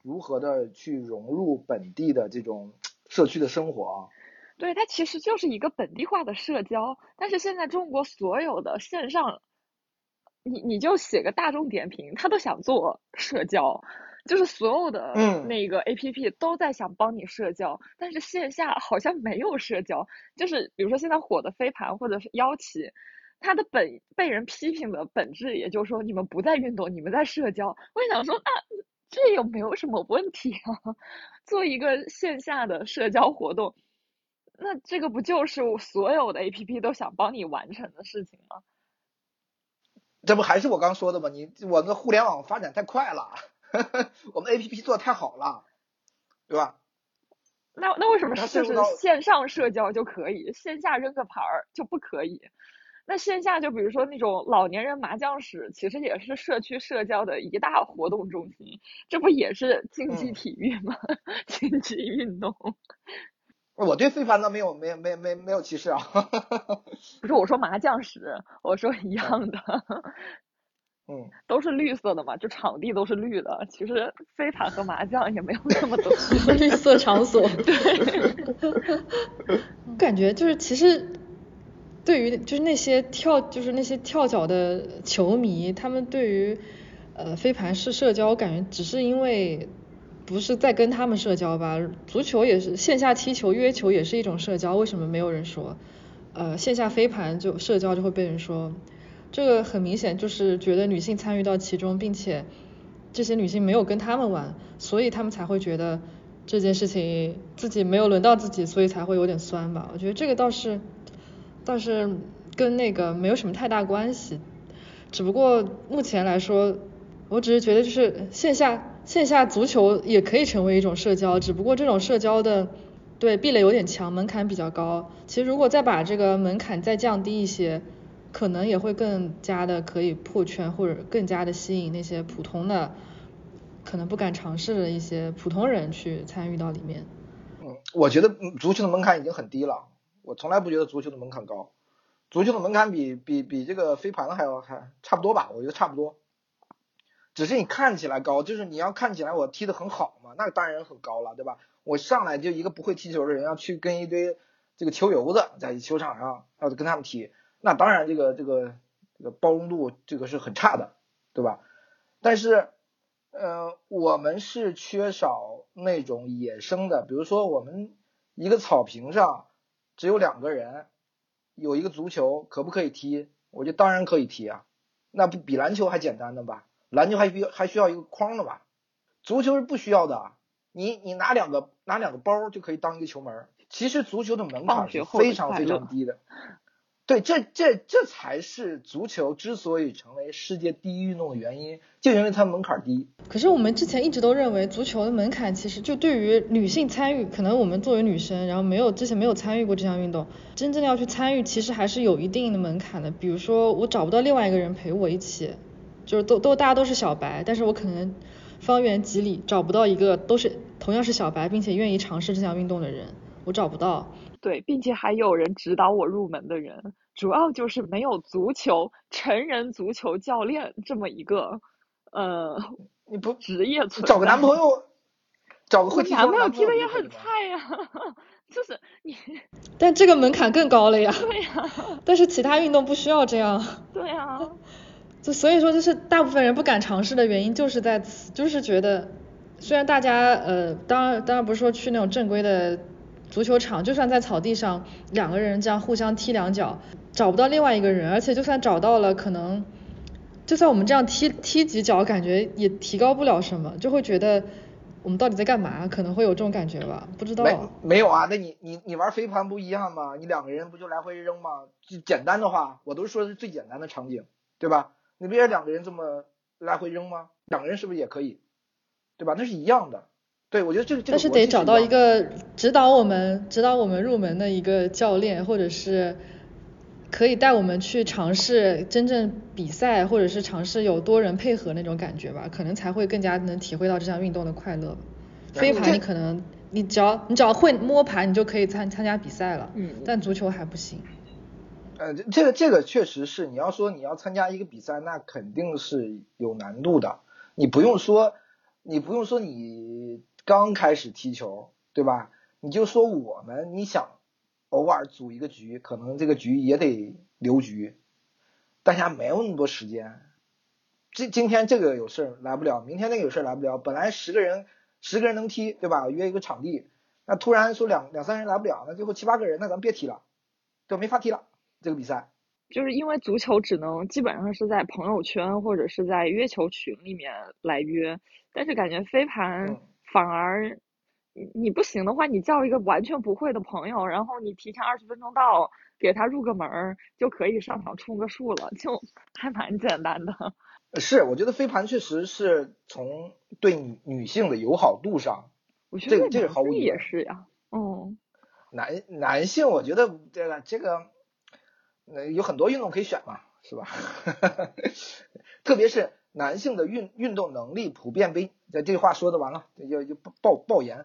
如何的去融入本地的这种社区的生活啊。 对，它其实就是一个本地化的社交，但是现在中国所有的线上，你就写个大众点评，他都想做社交，就是所有的那个 APP 都在想帮你社交，但是线下好像没有社交。就是比如说现在火的飞盘或者是妖骑，它的被人批评的本质，也就是说你们不在运动，你们在社交。我想说，这又没有什么问题啊，做一个线下的社交活动。那这个不就是所有的 APP 都想帮你完成的事情吗？ 这不还是我刚说的吗？我们互联网发展太快了，我们 APP 做的太好了，对吧？ 那为什么就是线上社交就可以，线下扔个牌儿就不可以？那线下就比如说那种老年人麻将室，其实也是社区社交的一大活动中心，这不也是竞技体育吗？竞技运动。 我对飞盘呢没有歧视啊。 不是我说麻将室，我说一样的。都是绿色的嘛，就场地都是绿的。其实飞盘和麻将也没有那么多绿色场所。 对。 感觉就是其实对于就是那些跳脚的球迷，他们对于飞盘是社交，我感觉只是因为不是在跟他们社交吧。足球也是线下踢球约球也是一种社交，为什么没有人说线下飞盘就社交就会被人说？这个很明显就是觉得女性参与到其中，并且这些女性没有跟他们玩，所以他们才会觉得这件事情自己没有轮到自己，所以才会有点酸吧。我觉得这个倒是跟那个没有什么太大关系，只不过目前来说，我只是觉得就是线下足球也可以成为一种社交，只不过这种社交的对壁垒有点强，门槛比较高。其实如果再把这个门槛再降低一些，可能也会更加的可以破圈，或者更加的吸引那些普通的可能不敢尝试的一些普通人去参与到里面。 我觉得足球的门槛已经很低了，我从来不觉得足球的门槛高。足球的门槛比这个飞盘还差不多吧，我觉得差不多。只是你看起来高，就是你要看起来我踢得很好嘛，那当然很高了，对吧？我上来就一个不会踢球的人要去跟一堆这个球友子在球场上要跟他们踢，那当然这个包容度这个是很差的，对吧？但是我们是缺少那种野生的，比如说我们一个草坪上只有2个人，有一个足球，可不可以踢？我觉得当然可以踢啊，那不比篮球还简单的吧？篮球还需要一个框的吧？足球是不需要的，你拿两个包就可以当一个球门。其实足球的门槛是非常非常低的。对，这才是足球之所以成为世界第一运动的原因，就因为它门槛低。 可是我们之前一直都认为足球的门槛其实就对于女性参与，可能我们作为女生，然后之前没有参与过这项运动，真正要去参与其实还是有一定的门槛的。比如说我找不到另外一个人陪我一起，就是大家都是小白，但是我可能方圆几里找不到一个同样是小白并且愿意尝试这项运动的人，我找不到。 对，并且还有人指导我入门的人，主要就是没有成人足球教练这么一个你不职业存在。 找个男朋友，找个会踢球的男朋友踢的也很菜呀，就是你。 但这个门槛更高了呀。 对呀。 但是其他运动不需要这样。 对呀。 所以说就是大部分人不敢尝试的原因就是在此，就是觉得虽然大家当然不是说去那种正规的足球场，就算在草地上2个人这样互相踢2脚找不到另外一个人，而且就算找到了，可能就算我们这样踢几脚感觉也提高不了什么，就会觉得我们到底在干嘛，可能会有这种感觉吧，不知道。 没有啊，那你玩飞盘不一样吗？你2个人不就来回扔吗？就简单的话我都说的是最简单的场景，对吧？你不也2个人这么来回扔吗？2个人是不是也可以，对吧？那是一样的。对，我觉得这个但是得找到一个指导我们入门的一个教练，或者是可以带我们去尝试真正比赛，或者是尝试有多人配合那种感觉吧，可能才会更加能体会到这项运动的快乐。飞盘你可能你只要会摸盘，你就可以参加比赛了。但足球还不行。 这个确实是，你要说你要参加一个比赛，那肯定是有难度的。你不用说你不用说你刚开始踢球，对吧？你就说你想偶尔组一个局，可能这个局也得留局，大家没有那么多时间。今天这个有事来不了，明天那个有事来不了。本来10个人能踢，对吧？约一个场地，那突然说两三人来不了，那最后7、8个人，那咱别踢了，就没法踢了这个比赛。 就是因为足球只能基本上是在朋友圈或者是在约球群里面来约，但是感觉飞盘反而你不行的话，你叫一个完全不会的朋友，然后你提前20分钟到，给他入个门就可以上场充个数了，就还蛮简单的。 是，我觉得飞盘确实是从对女性的友好度上， 我觉得这是毫无疑问。 也是呀， 男性我觉得这个有很多运动可以选嘛，是吧？特别是男性的运动能力普遍比这句话说的完了，就爆言。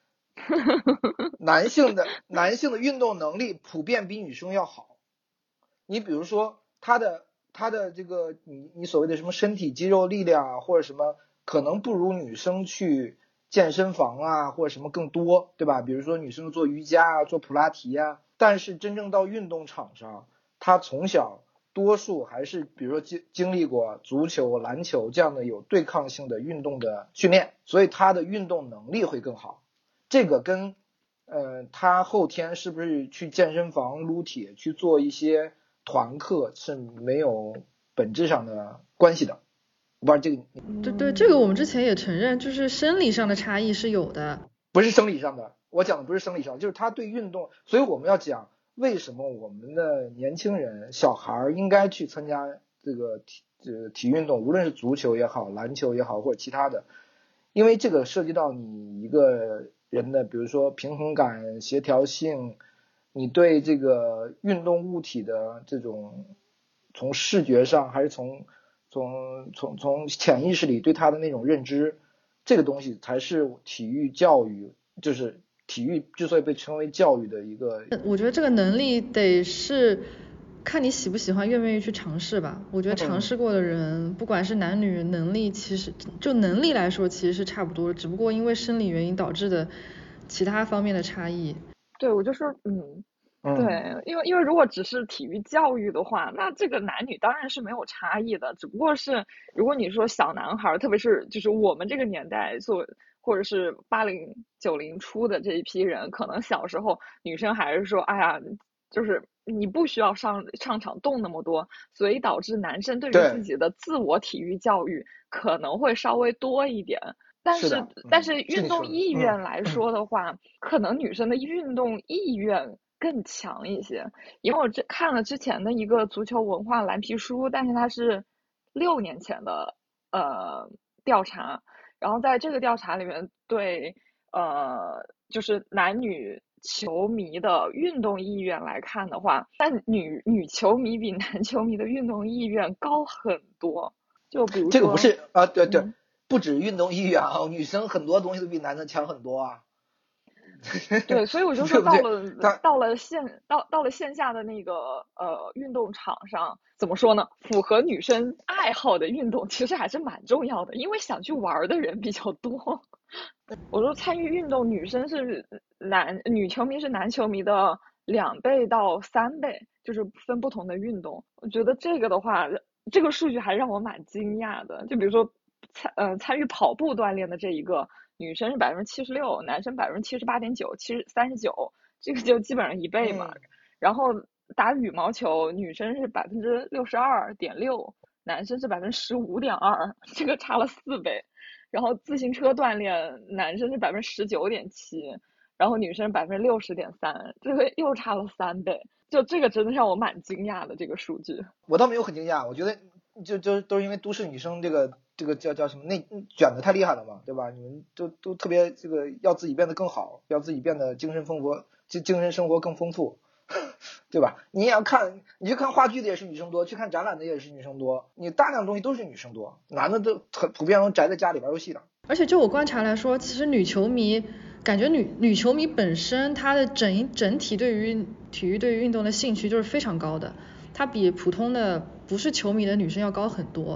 男性的运动能力普遍比女生要好。你比如说他的这个你所谓的什么身体肌肉力量啊，或者什么可能不如女生去健身房啊或者什么更多，对吧？比如说女生做瑜伽啊，做普拉提啊，但是真正到运动场上，他从小多数还是比如说经历过足球、篮球这样的有对抗性的运动的训练，所以他的运动能力会更好。这个跟他后天是不是去健身房撸铁去做一些团课是没有本质上的关系的。不知道这个对，这个我们之前也承认，就是生理上的差异是有的。 不是生理上的，我讲的不是生理上，就是他对运动，所以我们要讲为什么我们的年轻人、小孩应该去参加这个体育运动，无论是足球也好、篮球也好或者其他的，因为这个涉及到你一个人的，比如说平衡感、协调性，你对这个运动物体的这种从视觉上还是从潜意识里对它的那种认知，这个东西才是体育教育，就是体育之所以被称为教育的一个。 我觉得这个能力得是看你喜不喜欢，愿不愿意去尝试吧。我觉得尝试过的人，不管是男女，能力其实就能力来说其实是差不多，只不过因为生理原因导致的其他方面的差异。 对，我就说对，因为如果只是体育教育的话，那这个男女当然是没有差异的，只不过是如果你说小男孩，特别是就是我们这个年代或者是80、90初的这一批人，可能小时候女生还是说，哎呀，就是你不需要上场动那么多，所以导致男生对于自己的自我体育教育可能会稍微多一点。但是运动意愿来说的话，可能女生的运动意愿更强一些。因为我看了之前的一个足球文化蓝皮书，但是它是6年前的调查，然后在这个调查里面对就是男女球迷的运动意愿来看的话，但女球迷比男球迷的运动意愿高很多。就比如说这个不是啊，对，不止运动意愿啊，女生很多东西都比男生强很多啊。 对，所以我就说到了线下的那个运动场上，怎么说呢？符合女生爱好的运动其实还是蛮重要的，因为想去玩的人比较多。我说参与运动，女球迷是男球迷的2倍到3倍，就是分不同的运动。我觉得这个的话，这个数据还让我蛮惊讶的。就比如说参与跑步锻炼的这一个，女生是76%，男生78.9%，39%，这个就基本上1倍嘛。然后打羽毛球，女生是62.6%，男生是15.2%，这个差了4倍。然后自行车锻炼，男生是19.7%，然后女生60.3%，这个又差了3倍。就这个真的让我蛮惊讶的，这个数据。 我倒没有很惊讶，我觉得就都是因为都市女生这个叫什么卷的太厉害了嘛，对吧？你们都特别这个要自己变得更好，要自己变得精神生活更丰富，对吧？你也要看，你去看话剧的也是女生多，去看展览的也是女生多，你大量的东西都是女生多，男的都很普遍都宅在家里玩游戏的。 而且就我观察来说，其实女球迷感觉女球迷本身她的整体对于体育对于运动的兴趣就是非常高的，她比普通的不是球迷的女生要高很多。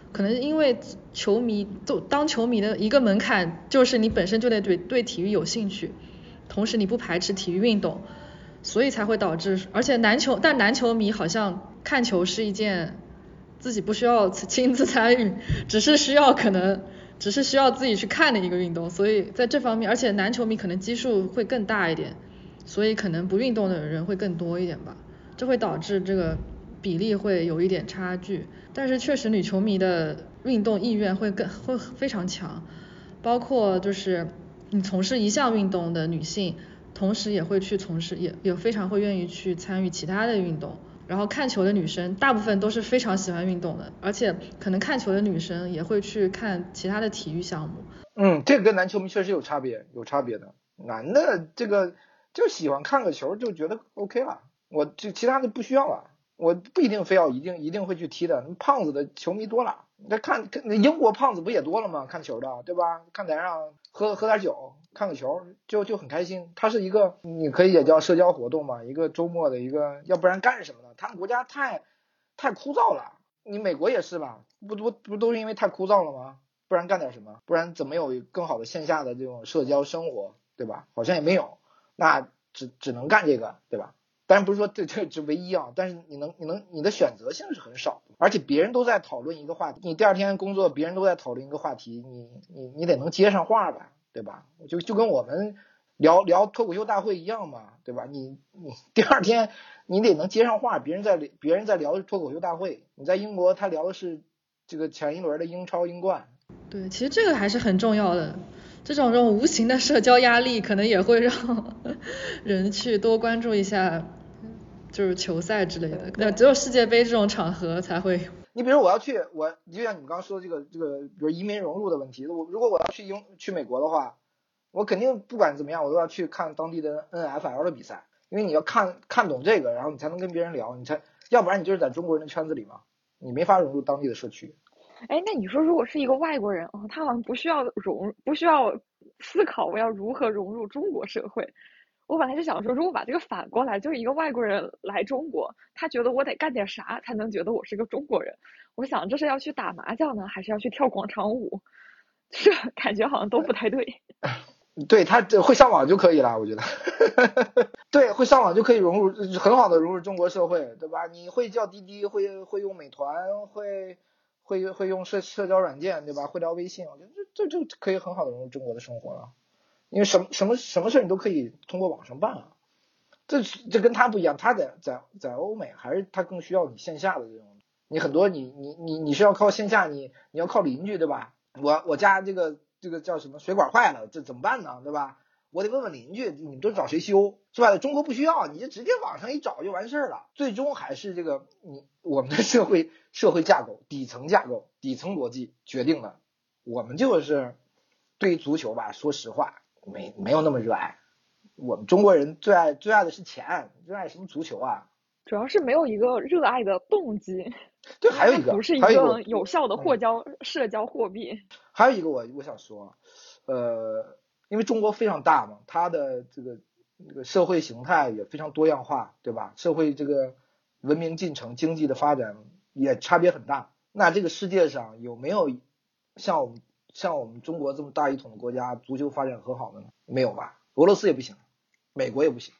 可能因为球迷当球迷的一个门槛就是你本身就得对体育有兴趣，同时你不排斥体育运动，所以才会导致，而且男球迷好像看球是一件自己不需要亲自参与，只是需要自己去看的一个运动，所以在这方面，而且男球迷可能基数会更大一点，所以可能不运动的人会更多一点吧，这会导致这个比例会有一点差距。但是确实女球迷的运动意愿会非常强，包括就是你从事一项运动的女性，同时也会去从事也非常会愿意去参与其他的运动。然后看球的女生大部分都是非常喜欢运动的，而且可能看球的女生也会去看其他的体育项目。 这个跟男球迷确实有差别的。男的这个就喜欢看个球就觉得 OK 了，我这其他的不需要了，我不一定非要一定会去踢的。胖子的球迷多了，那看英国胖子不也多了吗？看球的，对吧？看台上喝点酒，看个球就很开心。它是一个你可以也叫社交活动嘛，一个周末的一个，要不然干什么呢？他们国家太枯燥了，你美国也是吧？不都是因为太枯燥了吗？不然干点什么？不然怎么有更好的线下的这种社交生活，对吧？好像也没有，那只能干这个，对吧？当然不是说这是唯一啊，但是你的选择性是很少的，而且别人都在讨论一个话题，你第二天工作别人都在讨论一个话题，你得能接上话吧，对吧？就跟我们聊脱口秀大会一样嘛，对吧？你第二天你得能接上话，别人在聊脱口秀大会，你在英国他聊的是这个前一轮的英超英冠。 对，其实这个还是很重要的，这种无形的社交压力可能也会让人去多关注一下就是球赛之类的，那只有世界杯这种场合才会。 你比如我就像你们刚刚说的这个比如移民融入的问题，如果我要去美国的话，我肯定不管怎么样我都要去看当地的 NFL 的比赛，因为你要看懂这个，然后你才能跟别人聊，要不然你就是在中国人的圈子里嘛，你没法融入当地的社区。 哎，那你说如果是一个外国人他好像不需要思考我要如何融入中国社会。我本来是想说，如果把这个反过来，就是一个外国人来中国，他觉得我得干点啥才能觉得我是个中国人。我想这是要去打麻将呢，还是要去跳广场舞？这感觉好像都不太对。 对，他会上网就可以了，我觉得。对，会上网就可以很好的融入中国社会，对吧？你会叫滴滴，会用美团，会用社交软件，对吧？会聊微信，我觉得这就可以很好的融入中国的生活了。因为什么事你都可以通过网上办啊。这跟他不一样，他在欧美还是他更需要你线下的这种，你很多你是要靠线下，你要靠邻居，对吧？我家这个叫什么水管坏了，这怎么办呢？对吧？我得问问邻居，你都找谁修，是吧？中国不需要，你就直接网上一找就完事了。最终还是这个我们的社会架构、底层逻辑决定了，我们就是对于足球吧，说实话没有那么热爱。我们中国人最爱的是钱，热爱什么足球啊？ 主要是没有一个热爱的动机。 对，还有一个不是一个有效的社交货币。 还有一个我想说，因为中国非常大嘛，它的这个社会形态也非常多样化，对吧？社会这个文明进程、经济的发展也差别很大。那这个世界上有没有像我们中国这么大一统的国家，足球发展很好的呢？没有吧？俄罗斯也不行，美国也不行。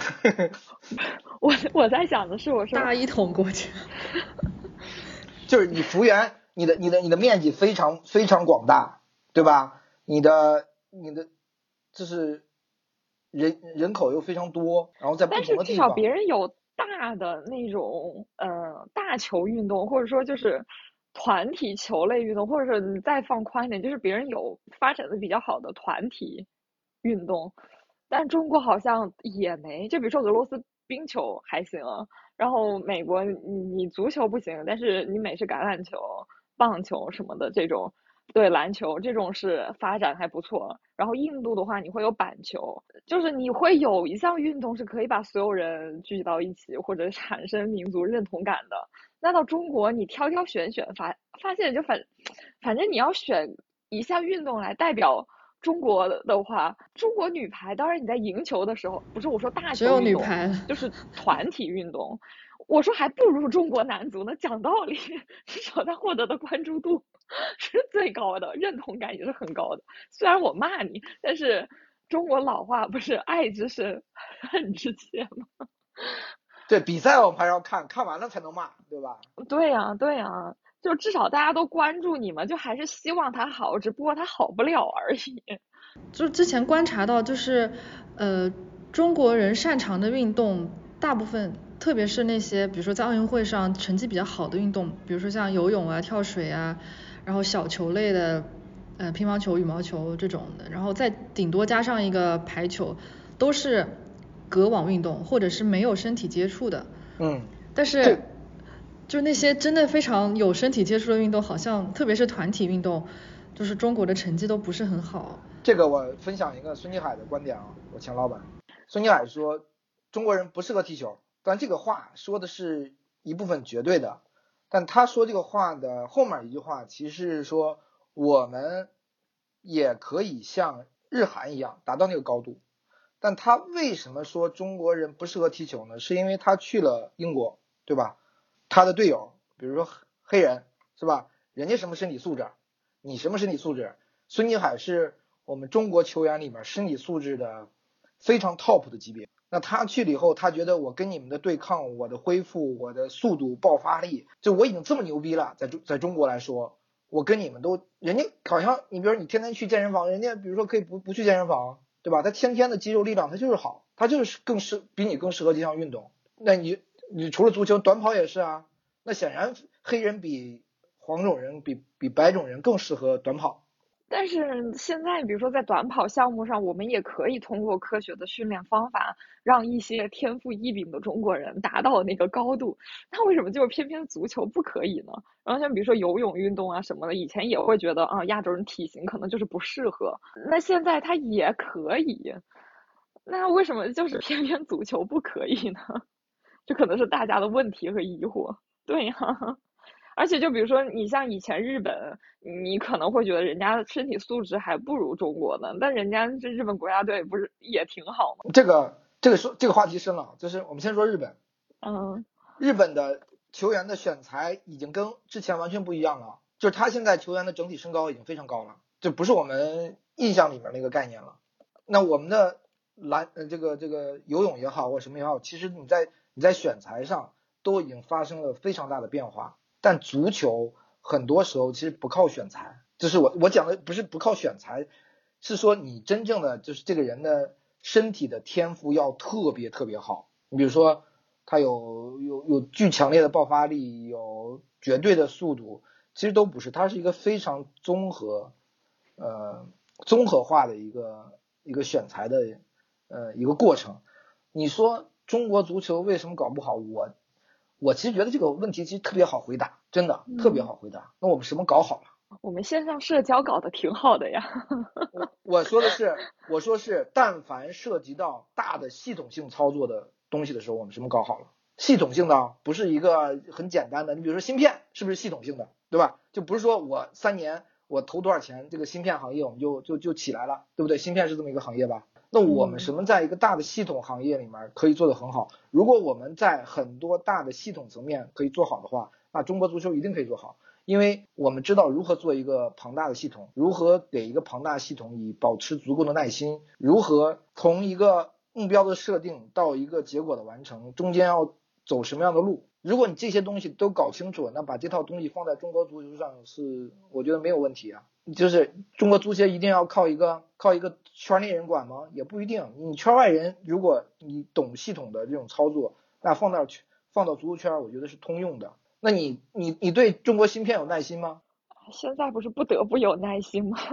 我在想的是，我说大一统国家， 就是你幅员，你的面积非常非常广大，对吧？你的就是人口又非常多，然后在不同的地方， 但是至少别人有大的那种大球运动，或者说就是团体球类运动，或者是你再放宽一点，就是别人有发展的比较好的团体运动。但中国好像也没，就比如说俄罗斯冰球还行，然后美国你足球不行，但是你美式橄榄球、棒球什么的这种，对，篮球这种是发展还不错。然后印度的话，你会有板球，就是你会有一项运动是可以把所有人聚集到一起，或者产生民族认同感的。那到中国，你挑选发现就反正你要选一项运动来代表中国的话，中国女排当然你在赢球的时候，不是我说大球运动， 只有女排就是团体运动。 我说还不如中国男足呢，讲道理，至少他获得的关注度是最高的，认同感也是很高的。虽然我骂你，但是中国老话不是爱之深，恨之切吗？ 对，比赛我们还是要看，看完了才能骂，对吧？ 对呀，对呀，就至少大家都关注你嘛，就还是希望他好，只不过他好不了而已。 就之前观察到，就是中国人擅长的运动，大部分特别是那些比如说在奥运会上成绩比较好的运动，比如说像游泳啊、跳水啊，然后小球类的乒乓球、羽毛球这种的，然后再顶多加上一个排球，都是隔网运动或者是没有身体接触的。但是就那些真的非常有身体接触的运动，好像特别是团体运动，就是中国的成绩都不是很好。 这个我分享一个孙继海的观点啊，我前老板。孙继海说中国人不适合踢球，但这个话说的是一部分绝对的，但他说这个话的后面一句话其实是说我们也可以像日韩一样达到那个高度。但他为什么说中国人不适合踢球呢？是因为他去了英国，对吧？他的队友比如说黑人，是吧？人家什么身体素质，你什么身体素质？孙继海是我们中国球员里面身体素质的非常 top 的级别。那他去了以后，他觉得我跟你们的对抗，我的恢复，我的速度爆发力，就我已经这么牛逼了，在中国来说，我跟你们都，人家好像你比如说你天天去健身房，人家比如说可以不去健身房，对吧？他天天的肌肉力量他就是好，他就是比你更适合这项运动。那你除了足球，短跑也是啊。那显然黑人比黄种人比白种人更适合短跑。 但是现在，比如说在短跑项目上，我们也可以通过科学的训练方法，让一些天赋异禀的中国人达到那个高度。那为什么就是偏偏足球不可以呢？然后像比如说游泳运动啊什么的，以前也会觉得啊，亚洲人体型可能就是不适合。那现在他也可以，那为什么就是偏偏足球不可以呢？这可能是大家的问题和疑惑。对呀。而且就比如说你像以前日本，你可能会觉得人家身体素质还不如中国呢，但人家这日本国家队不是也挺好吗？ 这个话题深了，就是我们先说日本。日本的球员的选材已经跟之前完全不一样了，就是他现在球员的整体身高已经非常高了，就不是我们印象里面那个概念了。那我们的这个游泳也好或什么也好，其实你在选材上都已经发生了非常大的变化。但足球很多时候其实不靠选材，就是我讲的不是不靠选材，是说你真正的就是这个人的身体的天赋要特别特别好。你比如说他有巨强烈的爆发力，有绝对的速度，其实都不是，它是一个非常综合化的一个选材的一个过程。你说中国足球为什么搞不好？我其实觉得这个问题其实特别好回答，真的特别好回答。那我们什么搞好了？ 我们线上社交搞得挺好的呀。 我说是，但凡涉及到大的系统性操作的东西的时候，我们什么搞好了？系统性的不是一个很简单的，你比如说芯片是不是系统性的，对吧？就不是说我3年我投多少钱，这个芯片行业我们就起来了，对不对？芯片是这么一个行业吧？那我们什么在一个大的系统行业里面可以做得很好？如果我们在很多大的系统层面可以做好的话，那中国足球一定可以做好。因为我们知道如何做一个庞大的系统，如何给一个庞大系统以保持足够的耐心，如何从一个目标的设定到一个结果的完成，中间要走什么样的路。如果你这些东西都搞清楚，那把这套东西放在中国足球上是我觉得没有问题啊。就是中国足协一定要靠一个圈内人管吗？也不一定。你圈外人，如果你懂系统的这种操作，那放到足球圈，我觉得是通用的。那你对中国芯片有耐心吗？ 现在不是不得不有耐心吗？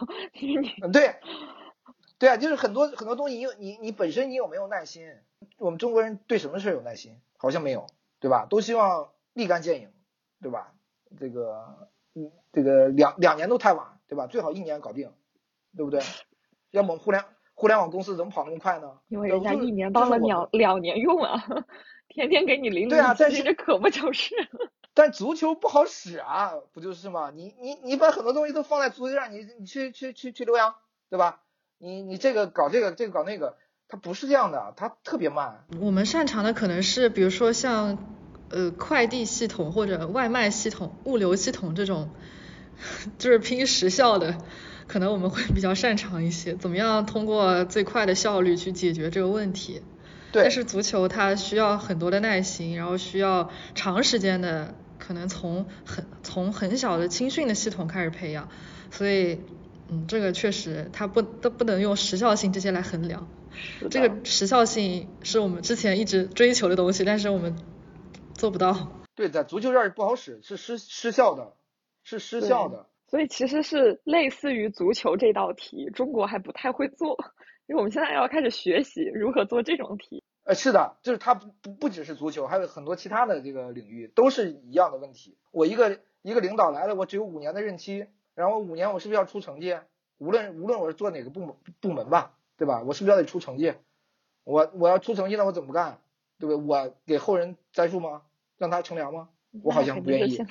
对啊，就是很多东西，你本身你有没有耐心？我们中国人对什么事有耐心？好像没有，对吧？都希望立竿见影，对吧？这个两年都太晚，对吧？最好1年搞定，对不对？要么互联网公司怎么跑那么快呢？ 因为人家1年当了2年用啊，天天给你零零七，这可不就是？ 但足球不好使啊，不就是吗？你把很多东西都放在足球上，你去留洋，对吧？你这个搞这个搞那个，它不是这样的，它特别慢。 我们擅长的可能是比如说像快递系统或者外卖系统、物流系统这种，就是拼时效的，可能我们会比较擅长一些，怎么样通过最快的效率去解决这个问题。但是足球它需要很多的耐心，然后需要长时间的，可能从很小的青训的系统开始培养，所以这个确实它不能用时效性这些来衡量。这个时效性是我们之前一直追求的东西，但是我们做不到。 对，在足球这儿不好使，是失效的，是失效的。 所以其实是类似于足球这道题，中国还不太会做，因为我们现在要开始学习如何做这种题。 是的，就是它不只是足球，还有很多其他的这个领域都是一样的问题。我一个领导来了，我只有5年的任期，然后5年我是不是要出成绩？无论我是做哪个部门吧，对吧？我是不是要得出成绩？我要出成绩，那我怎么干？对不对？我给后人栽树吗？让他乘凉吗？我好像不愿意。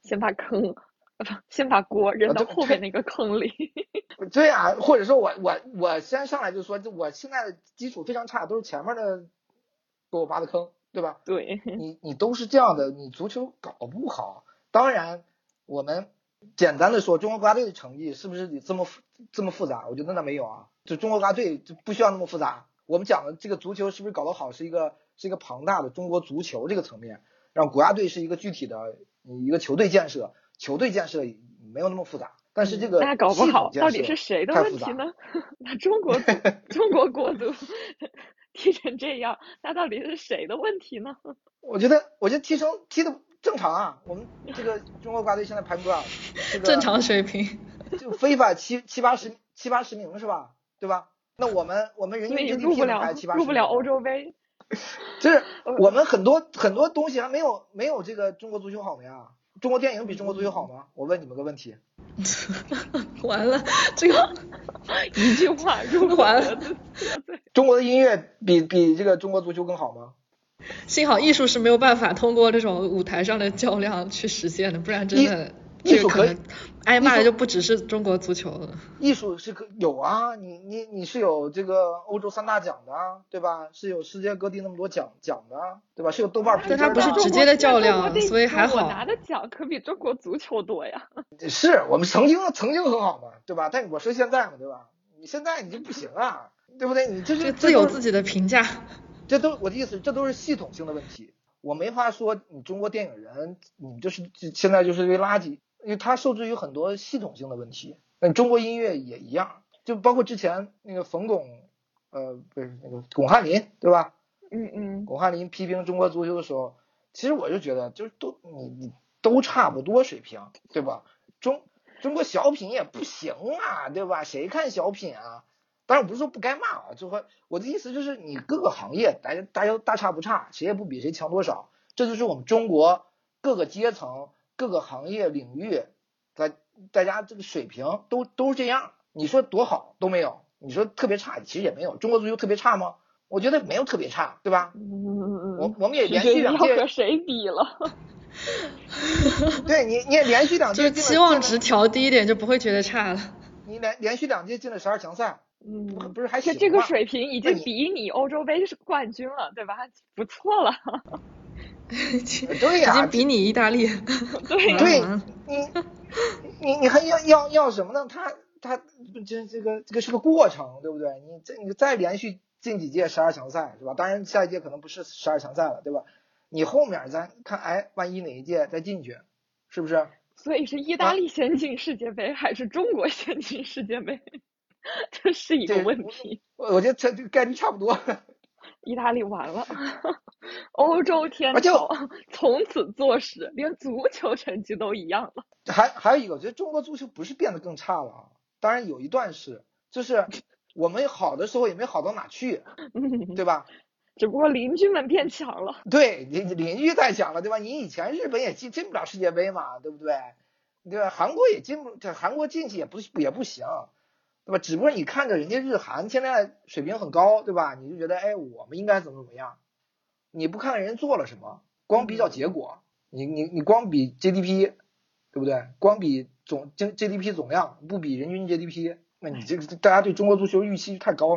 先把锅扔到后面那个坑里。 对啊，或者说我先上来就说，我现在的基础非常差，都是前面的给我挖的坑，对吧？ 对， 你都是这样的，你足球搞不好。当然，我们简单的说，中国国家队的成绩是不是这么复杂？我觉得那没有啊，就中国国家队就不需要那么复杂。我们讲的这个足球是不是搞得好，是一个庞大的中国足球这个层面，让国家队是一个具体的一个球队建设没有那么复杂。但是这个那搞不好到底是谁的问题呢？那中国国足踢成这样，那到底是谁的问题呢？ 我觉得踢的正常啊，我们这个中国国家队现在排名多少？ 正常水平， 就非法七八十名是吧？对吧？那我们人均 GDP 能排7-80名， 入不了欧洲杯。 就是我们很多东西还没有这个中国足球好呀。中国电影比中国足球好吗？我问你们个问题。 完了，这个一句话入完了。 中国的音乐比这个中国足球更好吗？ 幸好艺术是没有办法通过这种舞台上的较量去实现的，不然真的艺术可以挨骂的就不只是中国足球了。 艺术是有啊，你是有这个欧洲3大奖的，对吧？是有世界各地那么多奖的，对吧？是有豆瓣评分的。 但它不是直接的较量，所以还好。 我拿的奖可比中国足球多呀。 是我们曾经很好嘛，对吧？但我说现在嘛，对吧？你现在你就不行啊，对不对？你这自有自己的评价。 我的意思，这都是系统性的问题。我没法说你中国电影人，你现在就是一堆垃圾，因为它受制于很多系统性的问题。中国音乐也一样，就包括之前那个不是那个巩汉林，对吧？巩汉林批评中国足球的时候，其实我就觉得就是你都差不多水平，对吧？中国小品也不行啊，对吧？谁看小品啊？当然我不是说不该骂啊，就说我的意思就是你各个行业大家大差不差，谁也不比谁强多少，这就是我们中国各个阶层各个行业领域大家这个水平都是这样。你说多好都没有，你说特别差其实也没有。中国足球特别差吗？我觉得没有特别差，对吧？我们也连续2届要和谁比了？ 对，你也连续2届， 就期望值调低一点就不会觉得差了。 你连续2届进了12强赛，不是还行吗？ 这个水平已经比你欧洲杯是冠军了，对吧？不错了。 对呀， 已经比你意大利。 对，你还要什么呢？他这个是个过程，对不对？你再连续进几届12强赛是吧？当然下一届可能不是12强赛了，对吧？你后面咱看，万一哪一届再进去，是不是？ 所以是意大利先进世界杯，还是中国先进世界杯？这是一个问题。 我觉得这个概率差不多。 意大利完了，欧洲天朝从此坐实，连足球成绩都一样了。 还有一个，我觉得中国足球不是变得更差了啊，当然有一段是，就是我们好的时候也没好到哪去，对吧？ 只不过邻居们变强了。 对，邻居太强了，对吧？你以前日本也进不了世界杯嘛，对不对？对吧？韩国也韩国进去也不行，对吧？只不过你看着人家日韩现在水平很高，对吧？你就觉得我们应该怎么样？你不看人做了什么，光比较结果，你光比 GDP， 对不对？光比GDP 总量，不比人均 GDP， 那你这个大家对中国足球预期太高了嘛？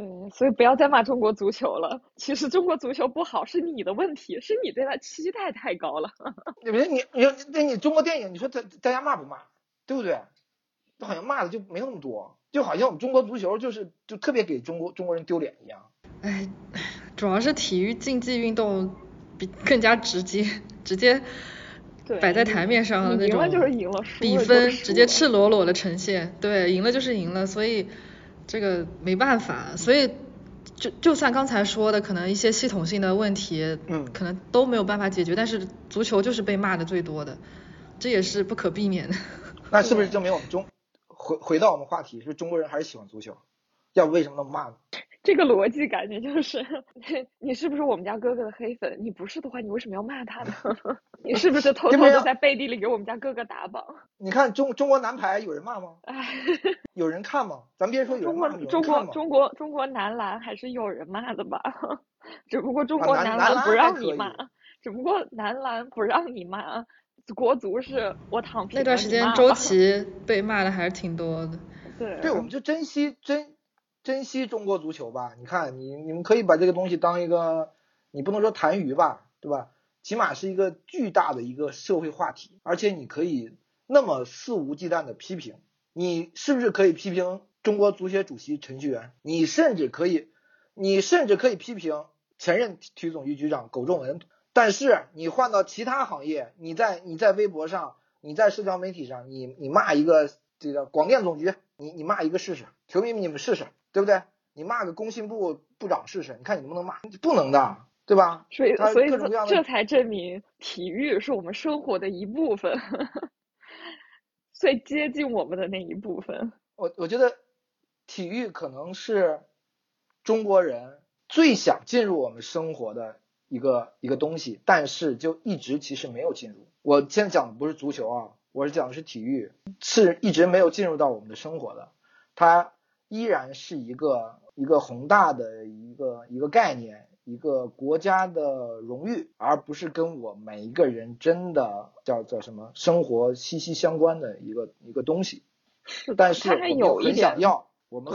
对，所以不要再骂中国足球了。其实中国足球不好是你的问题，是你对他期待太高了。 你中国电影，你说大家骂不骂，对不对？好像骂的就没那么多，就好像我们中国足球就特别给中国人丢脸一样。 哎，主要是体育竞技运动更加直接摆在台面上的那种， 赢了就是赢了， 比分直接赤裸裸的呈现，对，赢了就是赢了，所以这个没办法，所以就算刚才说的可能一些系统性的问题，可能都没有办法解决，但是足球就是被骂的最多的，这也是不可避免的。 那是不是证明我们回到我们话题，是中国人还是喜欢足球？要不为什么那么骂呢？ 这个逻辑感觉就是你是不是我们家哥哥的黑粉？你不是的话，你为什么要骂他呢？你是不是偷偷的在背地里给我们家哥哥打榜？ 你看中国男排有人骂吗？有人看吗？咱别说有人骂， 中国男篮还是有人骂的吧？只不过中国男篮不让你骂，只不过男篮不让你骂。国足是我躺平。 那段时间周琦被骂的还是挺多的。 对，我们就珍惜中国足球吧。你看你们可以把这个东西当一个，你不能说谈娱吧，对吧？起码是一个巨大的一个社会话题，而且你可以那么肆无忌惮的批评。你是不是可以批评中国足协主席程序员？你甚至可以批评前任体育总局局长苟仲文。但是你换到其他行业，你在微博上，你在社交媒体上，你骂一个这个广电总局，你骂一个试试，球迷你们试试，对不对？你骂个工信部部长试试，你看你能不能骂？不能的，对吧？ 所以这才证明体育是我们生活的一部分，最接近我们的那一部分。 我觉得体育可能是中国人最想进入我们生活的一个东西，但是就一直其实没有进入。我现在讲的不是足球啊，我是讲的是体育，是一直没有进入到我们的生活的。它依然是一个宏大的一个概念，一个国家的荣誉，而不是跟我每一个人真的叫什么生活息息相关的一个东西。但是我们很想要，我们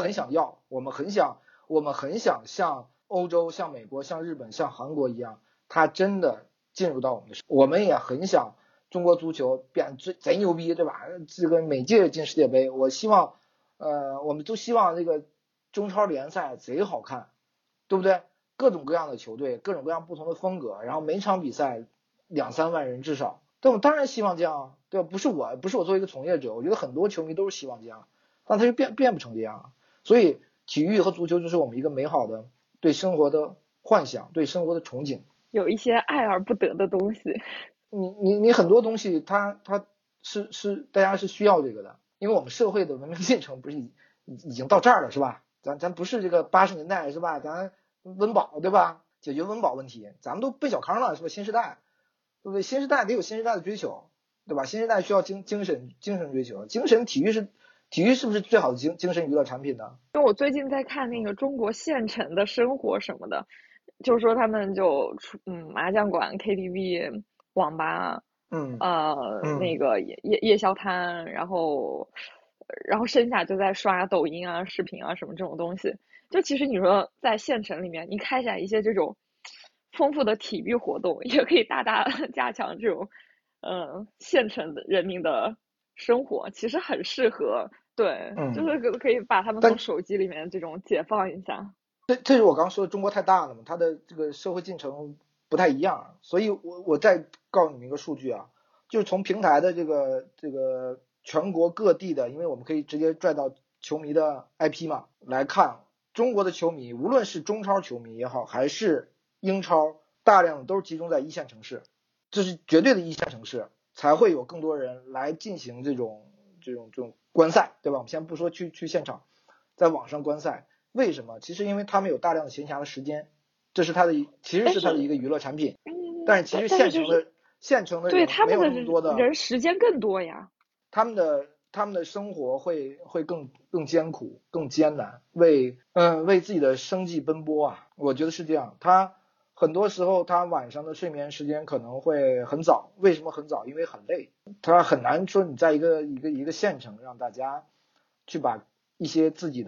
很想像欧洲、像美国、像日本、像韩国一样，它真的进入到我们的生活。我们也很想中国足球变贼牛逼，对吧？这个每届进世界杯，我们都希望这个中超联赛贼好看，对不对？各种各样的球队，各种各样不同的风格，然后每场比赛2-3万人至少。但我当然希望这样，对吧？不是我作为一个从业者，我觉得很多球迷都是希望这样，但他就变不成这样。所以体育和足球就是我们一个美好的对生活的幻想，对生活的憧憬， 有一些爱而不得的东西。 你很多东西它是大家是需要这个的，因为我们社会的文明进程不是已经到这儿了，是吧？咱不是这个80年代，是吧？咱温饱，对吧？解决温饱问题，咱们都奔小康了，是吧？新时代，对不对？新时代得有新时代的追求，对吧？新时代需要精神追求，体育是不是最好的精神娱乐产品呢？ 因为我最近在看那个中国县城的生活什么的，就是说他们就麻将馆、KTV、网吧，那个夜宵摊，然后剩下就在刷抖音啊、视频啊什么这种东西。就其实你说在县城里面，你开展一些这种丰富的体育活动，也可以大大加强这种县城的人民的生活，其实很适合。对，就是可以把他们从手机里面这种解放一下。 这是我刚说的，中国太大了嘛，它的这个社会进程不太一样，所以我再告诉你们一个数据啊，就是从平台的这个全国各地的，因为我们可以直接拽到球迷的 IP 嘛，来看中国的球迷，无论是中超球迷也好，还是英超，大量的都是集中在一线城市，这是绝对的一线城市，才会有更多人来进行这种观赛，对吧？我们先不说去现场，在网上观赛。为什么？其实因为他们有大量的闲暇的时间，这是其实是他的一个娱乐产品。但是其实县城的人没有那么多的人，时间更多呀。 他们的生活会更艰苦、更艰难，为自己的生计奔波啊！我觉得是这样。他很多时候他晚上的睡眠时间可能会很早。为什么很早？因为很累。他很难说你在一个县城让大家去把一些自己的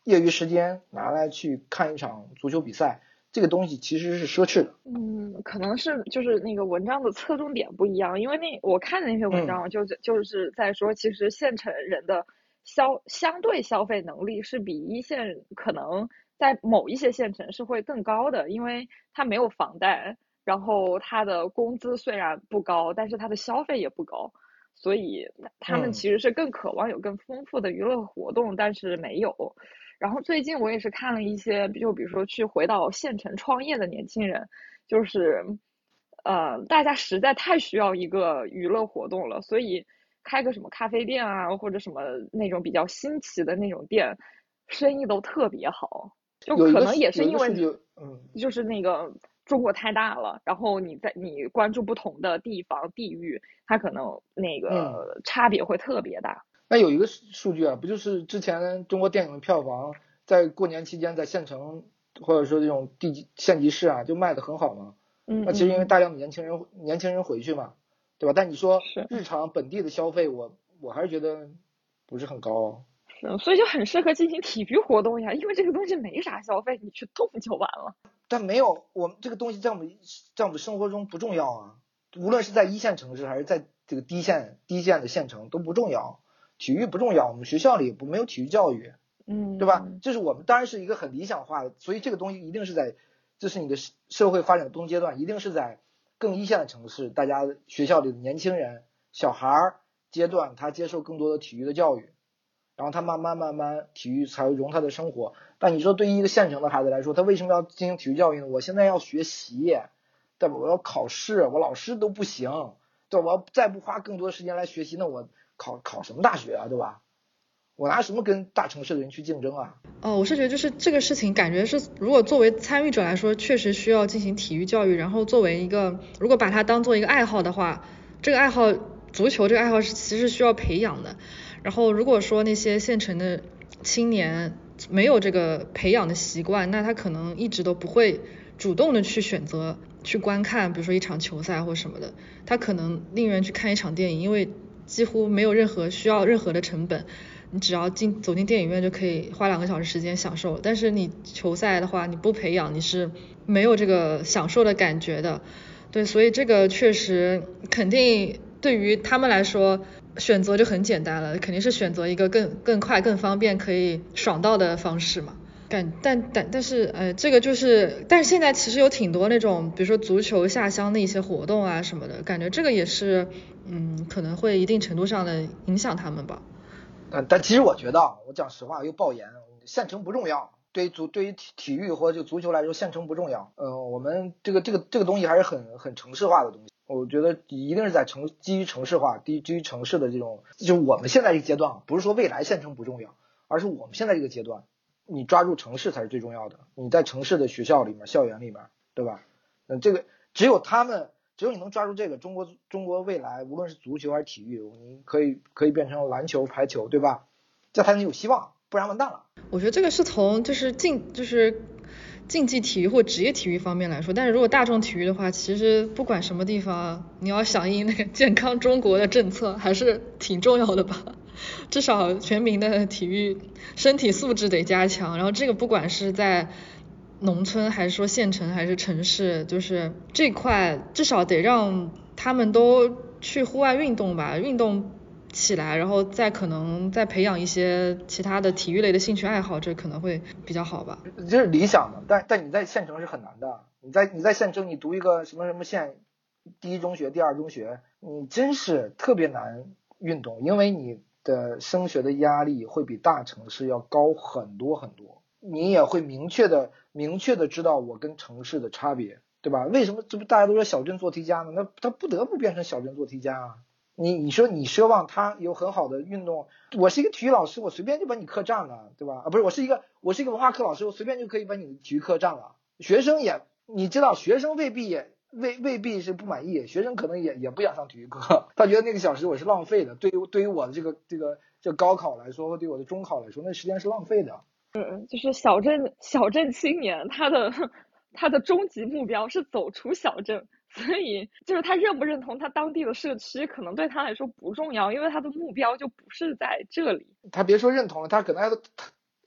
业余时间拿来去看一场足球比赛，这个东西其实是奢侈的。 可能是就是那个文章的侧重点不一样，因为我看的那篇文章就是在说，其实县城人的相对消费能力是比一线可能在某一些县城是会更高的，因为他没有房贷，然后他的工资虽然不高，但是他的消费也不高，所以他们其实是更渴望有更丰富的娱乐活动，但是没有。然后最近我也是看了一些，就比如说去回到县城创业的年轻人，就是大家实在太需要一个娱乐活动了，所以开个什么咖啡店啊，或者什么那种比较新奇的那种店，生意都特别好。就可能也是因为就是那个中国太大了，然后你关注不同的地方地域，它可能那个差别会特别大。 那有一个数据啊，不就是之前中国电影的票房在过年期间在县城或者说这种县级市啊就卖得很好吗？那其实因为大量的年轻人回去嘛，对吧？但你说日常本地的消费，我还是觉得不是很高。 所以就很适合进行体育活动呀，因为这个东西没啥消费，你去动就完了。 但没有，我们这个东西在我们生活中不重要啊，无论是在一线城市还是在这个低线的县城都不重要。体育不重要，我们学校里没有体育教育，对吧？这是我们当然是一个很理想化的，所以这个东西一定是这是你的社会发展的不同阶段，一定是在更一线的城市，大家学校里的年轻人、小孩阶段，他接受更多的体育的教育，然后他慢慢体育才会融他的生活。但你说对于一个县城的孩子来说，他为什么要进行体育教育呢？我现在要学习，对吧？我要考试，我老师都不行，对吧？我要再不花更多的时间来学习，那我考什么大学啊，对吧？我拿什么跟大城市的人去竞争啊？ 我是觉得就是这个事情感觉是，如果作为参与者来说，确实需要进行体育教育，然后作为一个如果把它当做一个爱好的话，这个爱好足球这个爱好是其实需要培养的。然后如果说那些县城的青年没有这个培养的习惯，那他可能一直都不会主动的去选择去观看比如说一场球赛或什么的，他可能宁愿去看一场电影，因为几乎没有需要任何的成本，你只要走进电影院就可以花2个小时时间享受。但是你球赛的话，你不培养你是没有这个享受的感觉的。对，所以这个确实肯定对于他们来说选择就很简单了，肯定是选择一个更快更方便可以爽到的方式嘛。但是这个就是但是现在其实有挺多那种比如说足球下乡的一些活动啊什么的，感觉这个也是可能会一定程度上的影响他们吧。 但其实我觉得，我讲实话又爆言，县城不重要，对于体育或者足球来说，县城不重要。我们这个东西还是很城市化的东西。我觉得一定是在基于城市化、基于城市的这种，就是我们现在这个阶段，不是说未来县城不重要，而是我们现在这个阶段，你抓住城市才是最重要的。你在城市的学校里面、校园里面，对吧？这个只有你能抓住这个，中国未来无论是足球还是体育，你可以变成篮球、排球，对吧？这才能有希望，不然完蛋了。 我觉得这个是从就是竞技体育或职业体育方面来说，但是如果大众体育的话，其实不管什么地方，你要响应那个健康中国的政策还是挺重要的吧。至少全民的体育身体素质得加强，然后这个不管是在农村还是说县城还是城市，就是这块至少得让他们都去户外运动吧，运动起来，然后可能再培养一些其他的体育类的兴趣爱好，这可能会比较好吧。 这是理想的，但你在县城是很难的。你在县城，你读一个什么县第一中学、第二中学，你真是特别难运动，因为你的升学的压力会比大城市要高很多很多。你也会明确的知道我跟城市的差别，对吧？为什么这不大家都说小镇做题家呢？那他不得不变成小镇做题家啊。你说你奢望他有很好的运动，我是一个体育老师，我随便就把你课占了，对吧？不是，我是一个文化课老师，我随便就可以把你的体育课占了。学生也，你知道，学生未必是不满意，学生可能也不想上体育课，他觉得那个小时我是浪费的。对于我的这高考来说，或对我的中考来说，那时间是浪费的。 就是小镇青年，他的终极目标是走出小镇，所以就是他认不认同他当地的社区，可能对他来说不重要，因为他的目标就不是在这里。 他别说认同了，他可能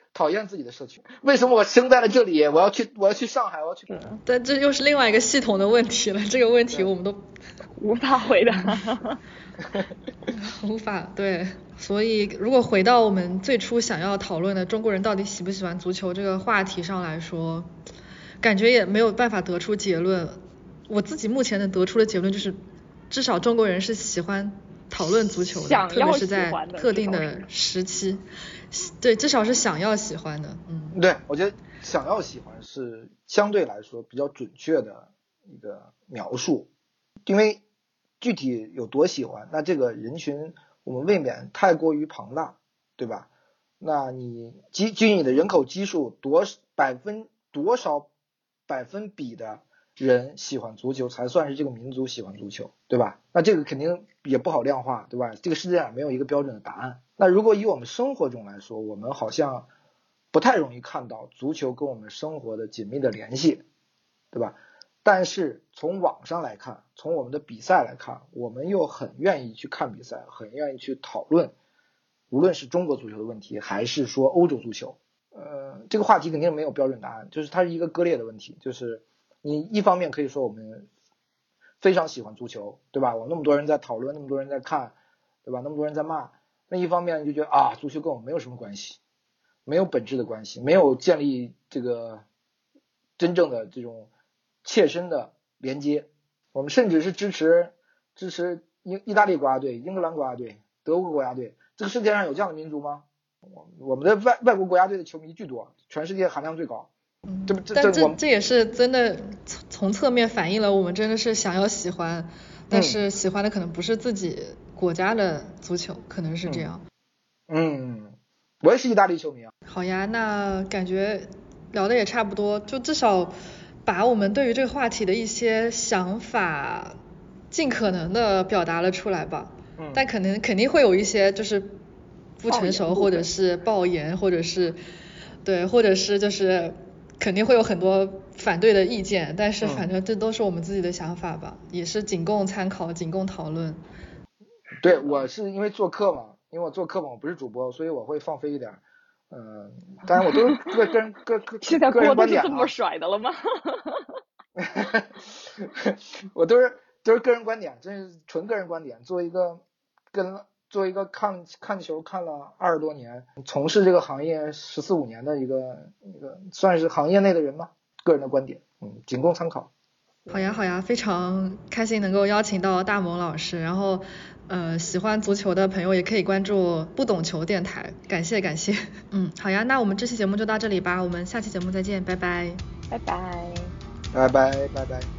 讨厌自己的社区。为什么我生在了这里？我要去上海，我要去。 但这又是另外一个系统的问题了，这个问题我们都无法回答。 无法，对。所以如果回到我们最初想要讨论的中国人到底喜不喜欢足球这个话题上来说，感觉也没有办法得出结论。我自己目前能得出的结论就是，至少中国人是喜欢讨论足球的，特别是在特定的时期，对，至少是想要喜欢的。 对，我觉得想要喜欢是相对来说比较准确的一个描述，因为具体有多喜欢，那这个人群我们未免太过于庞大，对吧？那你基于你的人口基数多少百分比的人喜欢足球才算是这个民族喜欢足球，对吧？那这个肯定也不好量化，对吧？这个世界上没有一个标准的答案。那如果以我们生活中来说，我们好像不太容易看到足球跟我们生活的紧密的联系，对吧？但是从网上来看，从我们的比赛来看，我们又很愿意去看比赛，很愿意去讨论，无论是中国足球的问题，还是说欧洲足球。这个话题肯定没有标准答案，就是它是一个割裂的问题。就是你一方面可以说我们非常喜欢足球，对吧？我那么多人在讨论，那么多人在看，对吧？那么多人在骂。那一方面就觉得足球跟我们没有什么关系，没有本质的关系，没有建立这个真正的这种切身的连接。我们甚至是支持意大利国家队、英格兰国家队、德国国家队。这个世界上有这样的民族吗？我们的外国国家队的球迷巨多，全世界含量最高。 但这也是真的从侧面反映了我们真的是想要喜欢，但是喜欢的可能不是自己国家的足球，可能是这样。 我也是意大利球迷啊。 好呀，那感觉聊的也差不多，就至少把我们对于这个话题的一些想法尽可能的表达了出来吧。但肯定会有一些就是不成熟，或者是爆言，或者是就是肯定会有很多反对的意见，但是反正这都是我们自己的想法吧，也是仅供参考，仅供讨论。 对，我是因为做客嘛，我不是主播，所以我会放飞一点。当然我都是现在个人观点这么甩的了吗？ 我都是个人观点，这是纯个人观点。作为一个看球看了20多年，从事这个行业14、15年的一个算是行业内的人嘛，个人的观点，仅供参考。 好呀，非常开心能够邀请到大萌老师，然后喜欢足球的朋友也可以关注不懂球电台，感谢。好呀，那我们这期节目就到这里吧，我们下期节目再见，拜拜。 拜拜。 拜拜。